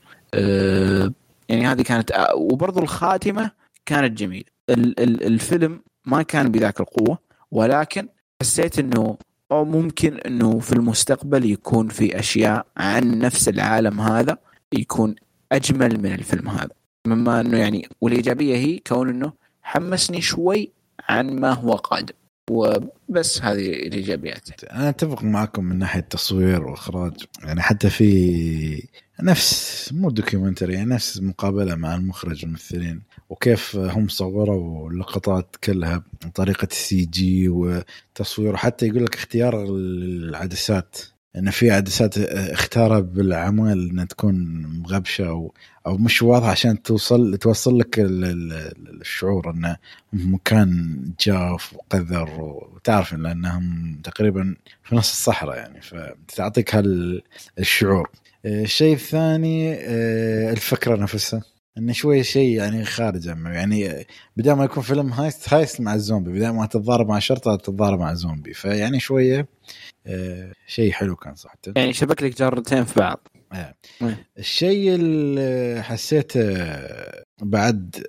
يعني هذه كانت، وبرضو الخاتمة كانت جميلة. الفيلم ما كان بذاك القوة، ولكن حسيت إنه أو ممكن إنه في المستقبل يكون في أشياء عن نفس العالم هذا يكون أجمل من الفيلم هذا، مما إنه يعني والإيجابية هي كون إنه حمسني شوي عن ما هو قادم. وبس هذه الإيجابيات. أنا أتفق معكم من ناحية تصوير وإخراج، يعني حتى في نفس مو دوكيومنتري، يعني نفس مقابلة مع المخرج والممثلين وكيف هم صوروا اللقطات كلها، طريقة السي جي وتصوير، حتى يقول لك اختيار العدسات، إن في عدسات اختارها بالعمل إن تكون مغبشة أو مش واضحة عشان توصل لك الشعور إنه مكان جاف وقذر، وتعرف لأنهم تقريبا في نص الصحراء يعني، فتعطيك هالشعور. الشيء الثاني الفكرة نفسها، إنه شوية شيء يعني خارج يعني بدأ ما يكون فيلم هايست مع الزومبي، بدأ ما تتضارب مع شرطة تتضارب مع الزومبي، فيعني شوية شيء حلو كان صح، يعني شبك لك جارتين في بعض. الشيء اللي حسيته بعد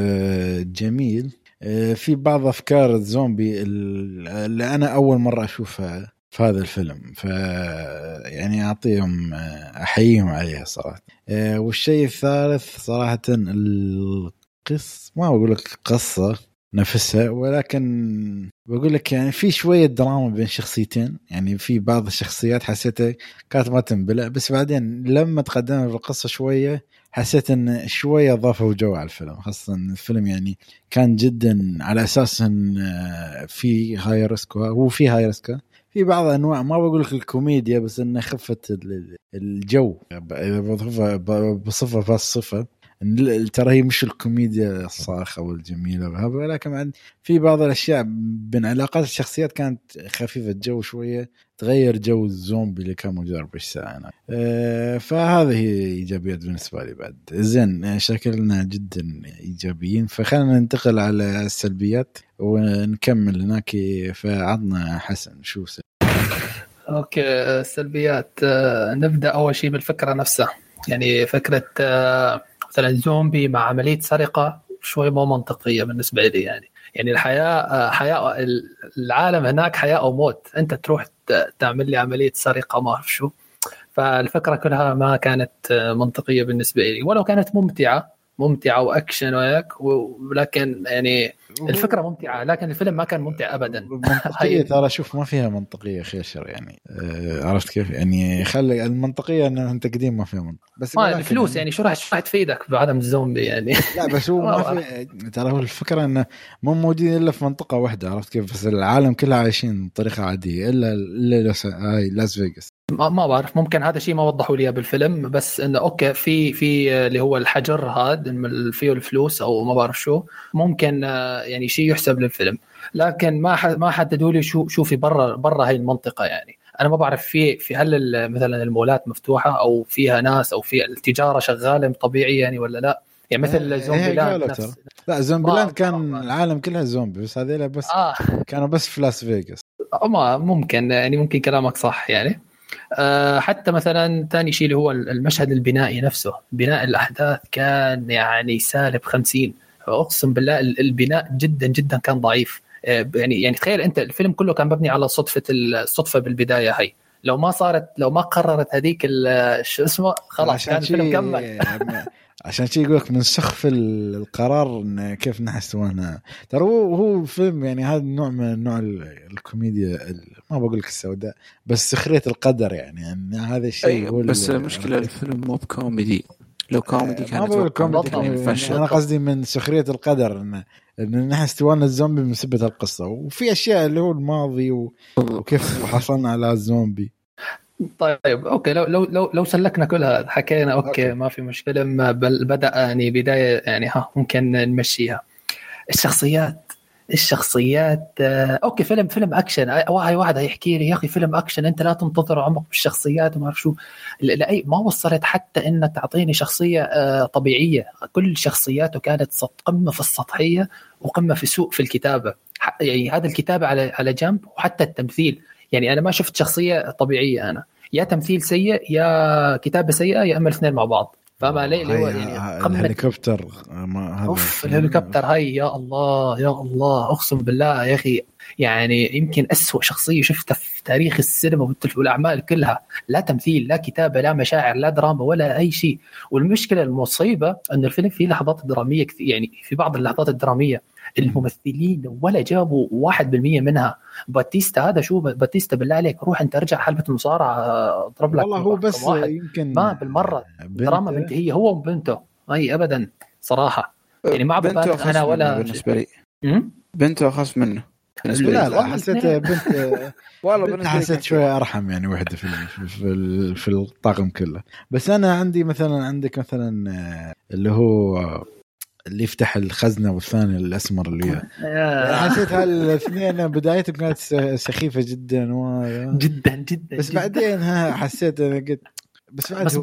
جميل في بعض أفكار الزومبي اللي أنا أول مرة أشوفها في هذا الفيلم، يعني أعطيهم أحييهم عليها صراحة. والشيء الثالث صراحة القصة، ما أقول لك قصة نفسها، ولكن بقول لك يعني في شوية دراما بين شخصيتين، يعني في بعض الشخصيات حسيتها كانت ما تنبلع، بس بعدين لما تقدمنا في القصة شوية حسيت ان شوية ضافوا جو على الفيلم، خاصة الفيلم يعني كان جدا على اساس ان في هاي ريسك، هو في هاي ريسك، في بعض انواع ما بقول لك الكوميديا، بس انه خفت الجو بصفة ترى هي مش الكوميديا الصاخة والجميلة وهذا، ولكن في بعض الأشياء بين علاقات الشخصيات كانت خفيفة جو شوية، تغير جو الزومبي اللي كان موجود 24 ساعة. فهذه هي إيجابيات بالنسبة لي. بعد زين شكلنا جدا إيجابيين، فخلنا ننتقل على السلبيات ونكمل هناك. فعطنا حسن شو اوكي السلبيات. نبدا اول شيء بالفكره نفسها. يعني فكره مثلا زومبي مع عمليه سرقه شوي مو منطقيه بالنسبه لي. يعني حياه العالم هناك حياه او موت، انت تروح تعمل لي عمليه سرقه ما اعرف شو. فالفكره كلها ما كانت منطقيه بالنسبه لي، ولو كانت ممتعه واكشن وهيك، ولكن يعني الفكره ممتعه، لكن الفيلم ما كان ممتع ابدا. منطقيه ترى شوف ما فيها منطقيه خير شر يعني. عرفت كيف يعني؟ خلي المنطقيه انه انت قديم ما فيها منطق، بس الفلوس يعني شو راح تفيدك بعدم الزومبي يعني. لا بس هو ما في ترى. هو الفكره انه مو موجودين الا في منطقه واحده، عرفت كيف؟ بس العالم كله عايشين بطريقه عاديه الا هاي لاس فيغاس. ما بعرف، ممكن هذا شيء ما وضحوا لي بالفيلم، بس انه اوكي في اللي هو الحجر هذا فيه الفلوس او ما بعرف شو، ممكن يعني شيء يحسب للفيلم، لكن ما حددوا لي شو في برا هاي المنطقه. يعني انا ما بعرف في هل مثلا المولات مفتوحه او فيها ناس او في التجاره شغاله طبيعي يعني ولا لا. يعني مثل زومبيلاند لا زومبيلاند كان العالم كلها زومبي، بس هذول بس كانوا بس في لاس فيغاس. ما ممكن يعني ممكن كلامك صح يعني. حتى مثلا ثاني شيء اللي هو المشهد البنائي نفسه، بناء الأحداث كان يعني سالب 50. أقسم بالله البناء جدا جدا كان ضعيف. يعني تخيل أنت الفيلم كله كان مبني على الصدفة بالبداية هاي. لو ما قررت هذيك شو اسمه خلاص كان الفيلم كمل. عشان شيء يقولك من سخف القرار إن كيف نحس وانا ترى هو فيلم يعني هذا النوع من نوع الكوميديا، ما بقولك السوداء، بس سخرية القدر يعني هذا الشيء هو. بس المشكلة الفيلم مو بكوميدي، لو كوميدي كانت أنا قصدي من سخرية القدر إن نحس وانا الزومبي من سبة القصة، وفي أشياء اللي هو الماضي وكيف حصلنا على الزومبي. طيب اوكي لو سلكنا كلها حكينا أوكي. ما في مشكله. ما بدأ يعني بدايه يعني ممكن نمشيها. الشخصيات اوكي فيلم اكشن. هاي واحد هيحكي لي يا اخي فيلم اكشن انت لا تنتظر عمق بالشخصيات وما اعرف شو. لا ما وصلت حتى ان تعطيني شخصيه طبيعيه. كل شخصياته كانت قمه في السطحيه وقمه في سوء في الكتابه. يعني هذا الكتابه على جنب، وحتى التمثيل. يعني انا ما شفت شخصيه طبيعيه. انا يا تمثيل سيء يا كتابه سيئه يا اما الاثنين مع بعض. فما ليه اللي هو يعني الهليكوبتر الهليكوبتر هاي يا الله اقسم بالله يا اخي. يعني يمكن أسوأ شخصيه شفتها في تاريخ السينما والاعمال كلها. لا تمثيل لا كتابه لا مشاعر لا دراما ولا اي شيء. والمشكله المصيبه ان الفيلم فيه لحظات دراميه كثير. يعني في بعض اللحظات الدراميه الممثلين ولا جابوا 1% منها. باتيستا هذا شو باتيستا بالله عليك روح انت ارجع حلبة المصارعة اضرب لك. والله هو بس يمكن ما بالمرة دراما بنت هي هو وبنته اي ابدا صراحة. يعني ما بنته انا ولا بالنسبة لي بنته اخص منه. لا حسيت بنت والله بنت حسيت شوية ارحم يعني وحدة في الطاقم كله. بس انا عندك مثلا اللي هو اللي يفتح الخزنة والثاني الأسمر اللي حسيت هالاثنين بدايتهم كانت سخيفة جدا جدا بس بعدين حسيت أنا قلت بس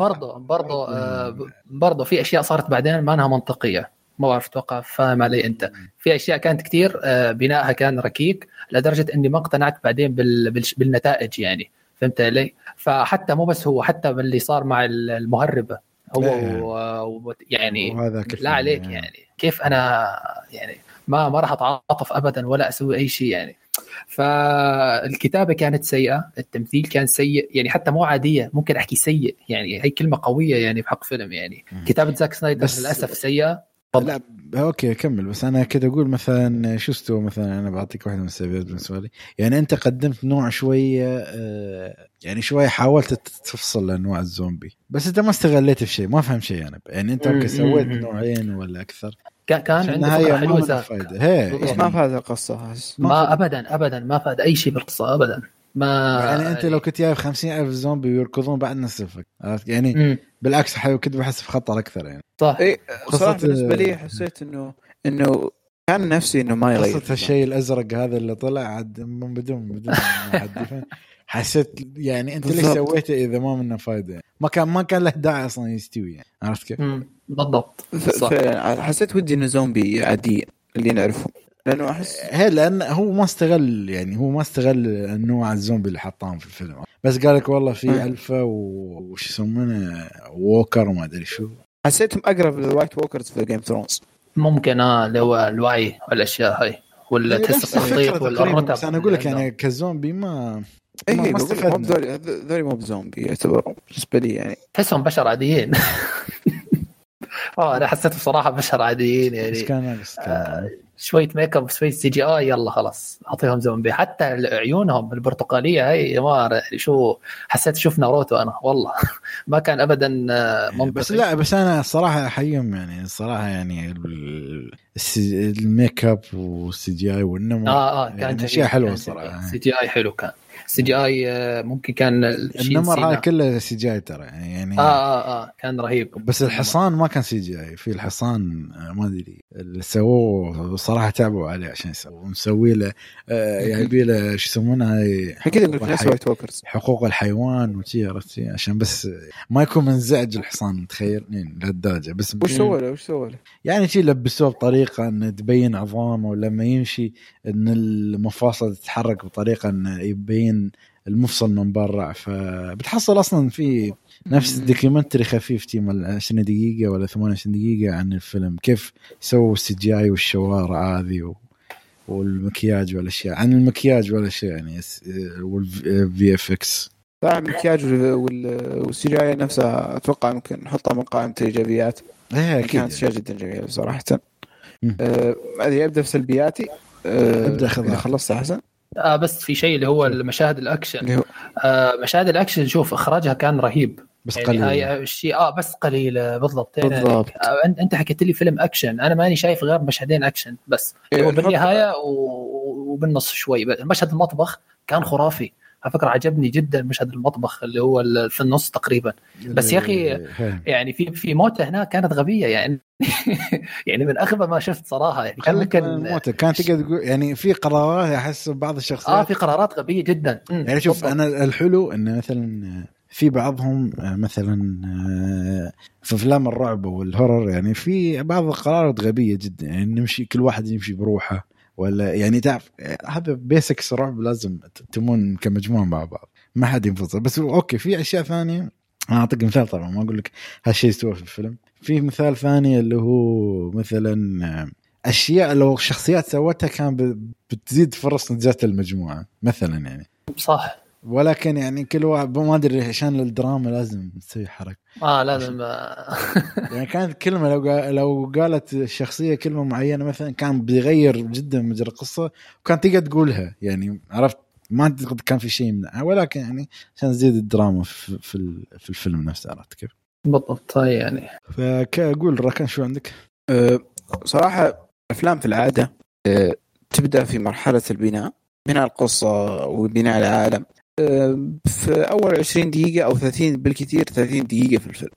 برضو في أشياء صارت بعدين ما أنها منطقية. ما بعرف توقع فاهم علي أنت. في أشياء كانت كتير بنائها كان ركيك لدرجة أني ما اقتنعت بعدين بالنتائج يعني. فهمت علي؟ فحتى مو بس هو حتى باللي صار مع المهربة هو يعني لا عليك يعني كيف أنا يعني ما راح أتعاطف أبدا ولا أسوي أي شيء يعني. فالكتابة كانت سيئة، التمثيل كان سيء يعني حتى مو عادية ممكن أحكي سيء يعني هي كلمة قوية يعني بحق فيلم يعني. كتابة زاك سنايدر للأسف سيئة. لا اوكي كمل. بس انا كده اقول مثلا شو استوى مثلا انا بعطيك واحده من السببيات بالنسبه لي. يعني انت قدمت نوع شويه يعني شويه حاولت تفصل لانواع الزومبي بس انت ما استغليت في شيء ما فهم شيء يعني انت اوكي سويت نوعين ولا اكثر. كان عنده فكره حلوه بس ما فاز القصه ما ابدا ما فاد اي شيء بالقصه ابدا ما يعني انت لو كنت جايب 50,000 زومبي ويركضون بعد نصفك يعني كنت بحس في خطر اكثر يعني. صح. ايه صراحه بالنسبه لي حسيت انه كان نفسي انه ما يغير قصة الشيء الازرق هذا اللي طلع عاد من بدون حد حسيت يعني انت ليش سويته اذا ما منه فايده يعني. ما كان له داعي اصلا يستوي يعني. عرفت كيف؟ بالضبط. حسيت ودي انه زومبي عادي اللي نعرفه، لانه احس لان هو ما استغل النوع الزومبي اللي حطاهم في الفيلم، بس قال لك والله في الفا وش يسمونه ووكر وما ادري شو. حسيتهم اقرب للوايت ووكرز في جيم ثرونز ممكن اللي هو الوعي والاشياء هاي ولا تحس التخطيط والرتب. بس انا اقول لك يعني كزومبي ما استفدنا. ذولي مو بزومبي يعتبروا بالنسبه لي يعني تحسهم بشر عاديين. انا حسيت بصراحه بشر عاديين يعني. كان شويه ميك اب شويه سي جي اي يلا خلاص اعطيهم زومبي. حتى عيونهم البرتقاليه هاي ما شو حسيت شوف ناروتو انا والله. ما كان ابدا منطقي. بس انا الصراحه احييهم يعني الصراحه يعني الميك اب والسي جي اي والنمر كان يعني اشياء حلوه الصراحه. سي جي اي حلو كان. سي جي اي ممكن كان النمر هاي كله سي جي اي ترى يعني كان رهيب. بس الحصان ما كان سي جي اي. في الحصان ما ادري اللي سووه صراحه تعبوا عليه عشان يسووا مسوي له يعني له شو يسمونها حقوق الحيوان وشي عشان بس ما يكون منزعج الحصان. تخيل للدرجه. بس وش سوى له يعني شيء لبسوه بطريقه ان تبين عظامه ولما يمشي ان المفاصل تتحرك بطريقه ان يبين المفصل من برا. فبتحصل اصلا في نفس الدوكيومنتري خفيف تيم 20 دقيقه ولا 28 دقيقه عن الفيلم كيف سووا السي جي اي والشوارع هذه والمكياج والاشياء عن المكياج والاشياء يعني والفي اف اكس. طبعا المكياج والسي جي اي نفسها اتوقع ممكن نحطها من قائمه الايجابيات. كانت اشياء جدا جميله صراحه. هذه ابدا في سلبياتي. ابدا خلصت حسن. بس في شيء اللي هو المشاهد الاكشن. مشاهد الاكشن شوف اخراجها كان رهيب بس يعني قليل. هاي الشيء بس قليل بالضبط. انت حكيت لي فيلم اكشن انا ماني شايف غير مشهدين اكشن بس بالنهايه وبالنص شوي. مشهد المطبخ كان خرافي على فكره عجبني جدا. مشهد المطبخ اللي هو في النص تقريبا. بس يا اخي يعني في موته هناك كانت غبيه يعني. يعني من اغبى ما شفت صراحه يعني. كانت تقدر تقول يعني في قرارات احس بعض الشخصيات في قرارات غبيه جدا. يعني شوف انا الحلو انه مثلا في بعضهم مثلا في افلام الرعب والهورر يعني في بعض القرارات غبيه جدا يعني نمشي كل واحد يمشي بروحه ولا يعني تعرف هذا بيسكس رعب لازم تمون كمجموعة مع بعض ما حد ينفصل. بس أوكي في أشياء ثانية أعطيك مثال طبعا ما أقول لك هالشيء يستوى في الفيلم. في مثال ثاني اللي هو مثلا أشياء لو شخصيات سوتها كان بتزيد فرص نجاة المجموعة مثلا يعني صح. ولكن يعني كل واحد ما أدري عشان الدراما لازم تسوي حركة لازم يعني كانت كلمة لو قالت الشخصية كلمة معينة مثلا كان بيغير جدا مجرى القصة وكان تقدر تقولها يعني عرفت ما كان في شيء منها ولكن يعني عشان تزيد الدراما في الفيلم نفسه. عرفت كيف بالضبط يعني. فأقول ركان شو عندك؟ صراحة أفلام في العادة تبدأ في مرحلة بناء القصة وبناء العالم في أول 20 دقيقة أو 30 بالكثير 30 دقيقة في الفيلم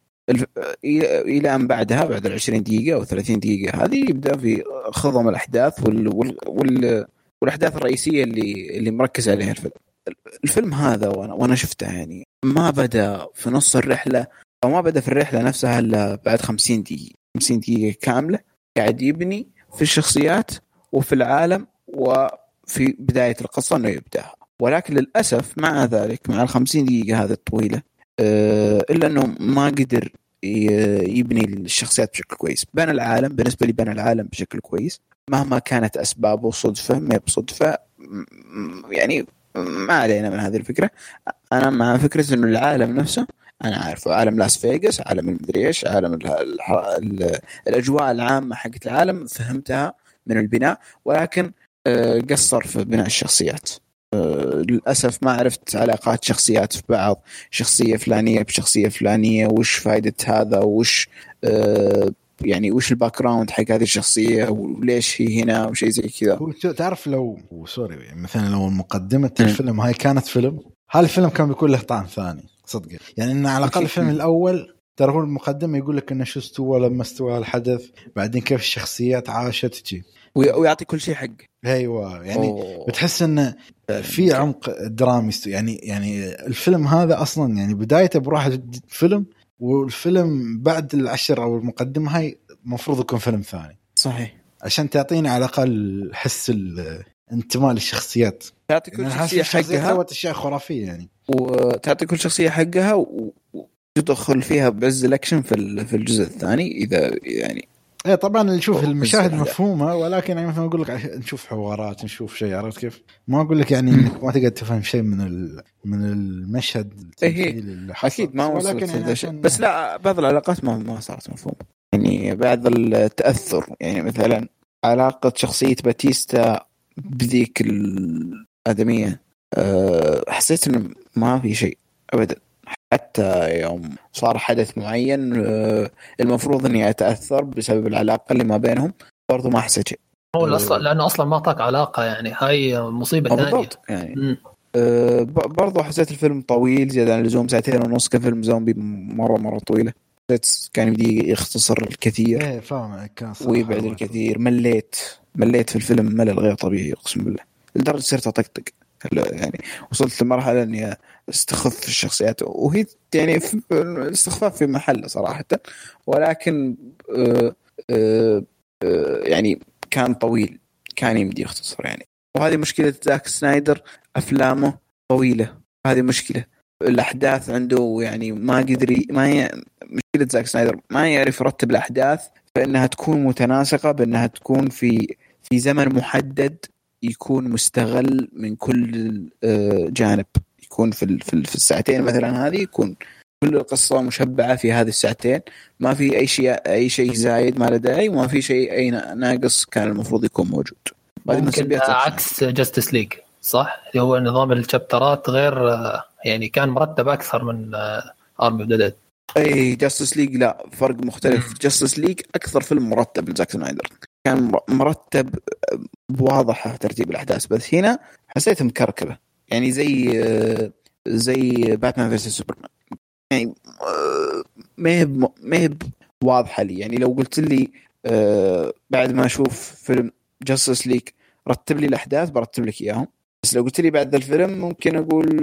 إلى أن بعد 20 دقيقة أو 30 دقيقة هذه يبدأ في خضم الأحداث والأحداث الرئيسية اللي مركز عليها الفيلم هذا. وأنا شفته يعني ما بدأ في نص الرحلة أو ما بدأ في الرحلة نفسها إلا بعد 50 دقيقة كاملة قاعد يبني في الشخصيات وفي العالم وفي بداية القصة إنه يبدأها. ولكن للأسف مع ذلك مع 50 دقيقة هذه الطويلة إلا أنه ما قدر يبني الشخصيات بشكل كويس. بنى العالم بالنسبة لي بنى العالم بشكل كويس مهما كانت أسبابه صدفة ما بصدفة يعني ما علينا من هذه الفكرة. أنا مع فكرة أنه العالم نفسه أنا عارفه عالم لاس فيغاس عالم المدري إيش عالم الأجواء العامة حقت العالم فهمتها من البناء ولكن قصر في بناء الشخصيات. للأسف ما عرفت علاقات شخصيات في بعض شخصية فلانية بشخصية فلانية وش فائدة هذا وش يعني وش الباك جراوند حق هذه الشخصيه وليش هي هنا وشيء زي كذا. تعرف لو سوري مثلا لو مقدمه الفيلم هاي كانت فيلم، هذا الفيلم كان بيكون له طعم ثاني صدق. يعني إن على الأقل الفيلم الأول ترى هو المقدمة يقول لك إنه شو استوى لما استوى الحدث، بعدين كيف الشخصيات عاشت تجي ويعطي كل شيء حق. أيوة يعني بتحس إنه في عمق درامي يعني الفيلم هذا أصلا يعني بدايته بروح فيلم، والفيلم بعد العشر أو المقدمة هاي مفروض يكون فيلم ثاني. صحيح. عشان تعطيني على الأقل حس الانتماء للشخصيات، تعطي كل شخصية حقها، سوت أشياء خرافية يعني، وتعطي كل شخصية حقها وتدخل فيها بعز الأكشن في الجزء الثاني إذا يعني. ايه طبعا نشوف المشاهد مفهومه، ولكن يعني مثلا اقول لك نشوف حوارات نشوف شيء، عرفت كيف؟ ما اقول لك يعني انك ما تقدر تفهم شيء من المشهد اللي حصل. اكيد ما وصلت يعني شيء، بس لا بعض العلاقات ما صارت مفهومه يعني، بعض التاثر يعني مثلا علاقه شخصيه باتيستا بذيك الادميه حسيت انه ما في شيء ابدا، حتى يوم صار حدث معين المفروض اني اتاثر بسبب العلاقه اللي ما بينهم برضو ما حسيت شيء. هو لانه اصلا ما اعطاك علاقه يعني، هاي مصيبه ثانيه يعني. برضو حسيت الفيلم طويل زياده عن اللزوم، 2.5 كفيلم زومبي مره طويله، كان يدي يختصر الكثير. ايه فاهم، كان ويبعد الكثير. مليت في الفيلم ملل غير طبيعي اقسم بالله، لدرجه صرت اطقطق يعني، وصلت لمرحله اني استخف في الشخصيات، وهي يعني استخفاف في محله صراحه، ولكن يعني كان طويل، كان يمدي يختصر يعني. وهذه مشكله زاك سنايدر، افلامه طويله، هذه مشكله. الاحداث عنده يعني ما قدر مشكله زاك سنايدر ما يعرف يرتب الاحداث فانها تكون متناسقه، بانها تكون في زمن محدد، يكون مستغل من كل جانب، يكون في الساعتين مثلا هذه يكون كل القصة مشبعة في هذه الساعتين، ما في أي شيء زايد ما له داعي، وما في شيء أي ناقص كان المفروض يكون موجود. ممكن عكس جاستس ليج صح، اللي هو نظام الشابترات غير يعني كان مرتب أكثر من آرمي اوف ذا ديد. أي جاستس ليج لا، فرق مختلف. جاستس ليج أكثر فيلم مرتب لزاك سنايدر، كان مرتب واضحة ترتيب الأحداث، بس هنا حسيت مكركبة يعني زي باتمان فيرسس سوبرمان يعني، ما هي واضحة لي يعني. لو قلت لي بعد ما أشوف فيلم جاستس ليج رتب لي الأحداث برتب لك إياهم، بس لو قلت لي بعد الفيلم ممكن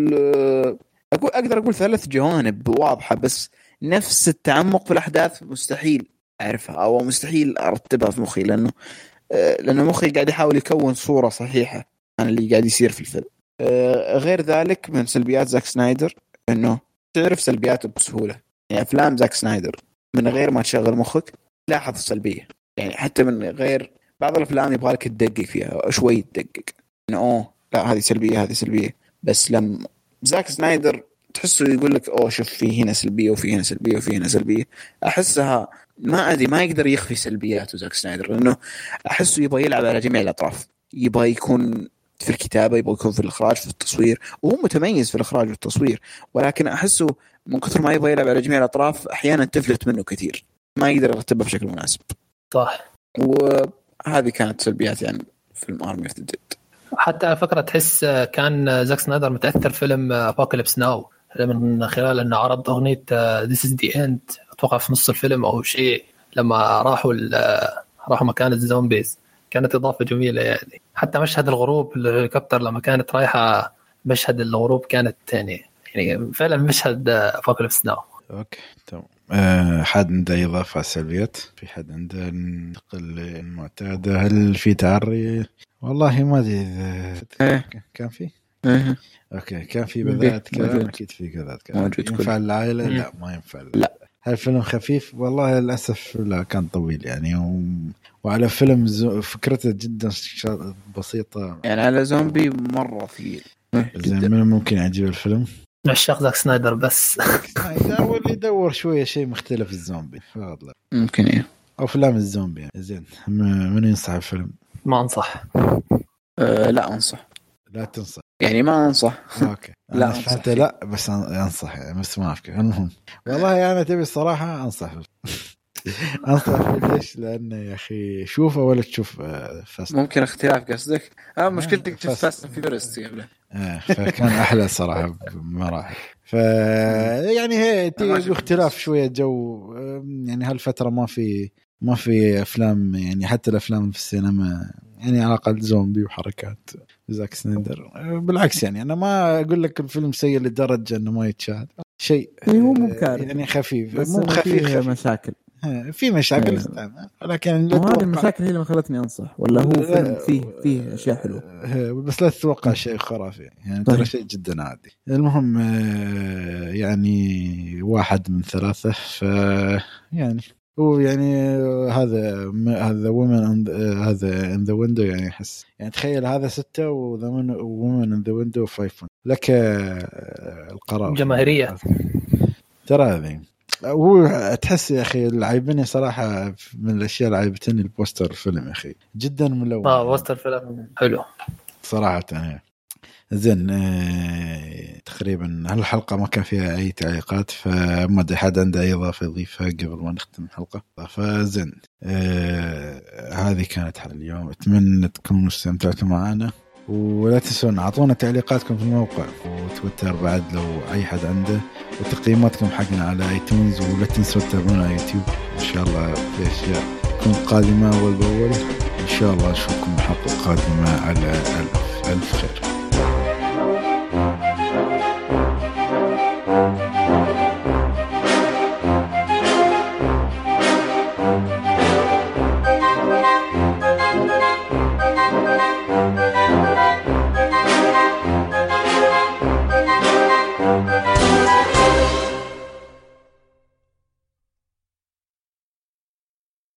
أقدر أقول 3 جوانب واضحة، بس نفس التعمق في الأحداث مستحيل أعرفها أو مستحيل أرتبها في مخي، لأنه مخي قاعد يحاول يكون صورة صحيحة عن اللي قاعد يصير في الفيلم. غير ذلك من سلبيات زاك سنايدر إنه تعرف سلبياته بسهولة يعني. أفلام زاك سنايدر من غير ما تشغل مخك لاحظ السلبية يعني، حتى من غير بعض الأفلام يبغالك تدقق فيها شوي، تدقق إنه لا هذه سلبية، بس لما زاك سنايدر تحسه يقول لك شوف في هنا سلبية وفي هنا سلبية وفي هنا سلبية. أحسها ما أدري، ما يقدر يخفي سلبياته زاك سنايدر، لأنه أحسه يبغى يلعب على جميع الأطراف، يبغى يكون في الكتابة، يبغى يكون في الإخراج، في التصوير، وهو متميز في الإخراج والتصوير، ولكن أحسه من كثر ما يبغى يلعب على جميع الأطراف أحيانا تفلت منه كثير، ما يقدر يرتبها بشكل مناسب. صح. وهذه كانت سلبيات يعني فيلم آرمي اوف ذا ديد. حتى على فكرة تحس كان زاك سنايدر متأثر فيلم أبوكاليبس ناو من خلال أنه عرض أغنية This is the end أتوقع في نص الفيلم أو شيء، لما راحوا مكان الزومبيز، كانت إضافة جميلة يعني. حتى مشهد الغروب الهليكوبتر لما كانت رايحة، مشهد الغروب كانت يعني فعلا مشهد أبوكاليبس ناو. أوكي تمام. حد عنده إضافة على السلبيات؟ في حد عنده ننتقل المعتادة؟ هل في تعري؟ والله ما أدري إذا كان في. أوكي كان في بذات كلام، أكيد في كذا كلام. ينفع العائلة؟ لا ما ينفع. لا. هل فيلم خفيف؟ والله للأسف لا، كان طويل يعني وعلى فيلم فكرته جدا بسيطة يعني، على زومبي مرة ثقيل. زين من ممكن يعجب الفيلم؟ عشاق زاك سنايدر بس يدور شوية شيء مختلف الزومبي فاضل ممكن إيه، أو أفلام الزومبي يعني. زين من ينصح الفيلم؟ ما أنصح. لا أنصح. لا تنصح يعني ما أنصح. أوكي لا فهمت. لا بس أنصح يعني، بس ما أفكر. المهم والله أنا تبي الصراحة أنصح انصح فيه. ليش؟ لانه يا اخي شوفه ولا تشوف فاست. ممكن اختلاف قصدك. مشكلتك تشوف فاست في فيرست قبله. فكان احلى صراحه بمراحل. يعني هي اختلاف شويه جو. يعني هالفتره ما في افلام، يعني حتى الافلام في السينما يعني على الاقل زومبي وحركات زاك سنايدر. بالعكس يعني انا ما اقول لك الفيلم سيء لدرجه انه ما يتشاهد، شيء هو ممكن يعني خفيف، مو خفيف مشاكل. في مشاكل لكن هذه المشاكل هي اللي خلتني انصح. ولا هو فيلم فيه اشياء حلوه بس لا تتوقع شيء خرافي يعني. ترى شيء جدا عادي. المهم يعني 1 من 3. ف يعني هو يعني هذا women هذا in the window يعني أحس يعني تخيل هذا 6 و women in the window 5. لك القرار جماهيرية ترى هذه. هو تحس يا أخي العيبني صراحة من الأشياء اللي عيبتني البوستر الفيلم يا أخي جدا ملون. بوستر الفيلم حلو صراحة يعني. زين تقريبا هالحلقة ما كان فيها أي تعليقات، فما أدري حد عنده أي إضافة يضيفها قبل ما نختم الحلقة. فزين هذه كانت حلقة اليوم. أتمنى تكونوا استمتعتوا معنا، ولا تنسون أعطونا تعليقاتكم في الموقع وتويتر بعد لو أي حد عنده، وتقييماتكم حقنا على ايتونز، ولا تنسوا تتابعونا على يوتيوب. إن شاء الله في أشياء تكون قادمة أول بأول. إن شاء الله نشوفكم الحلقة القادمة على ألف خير.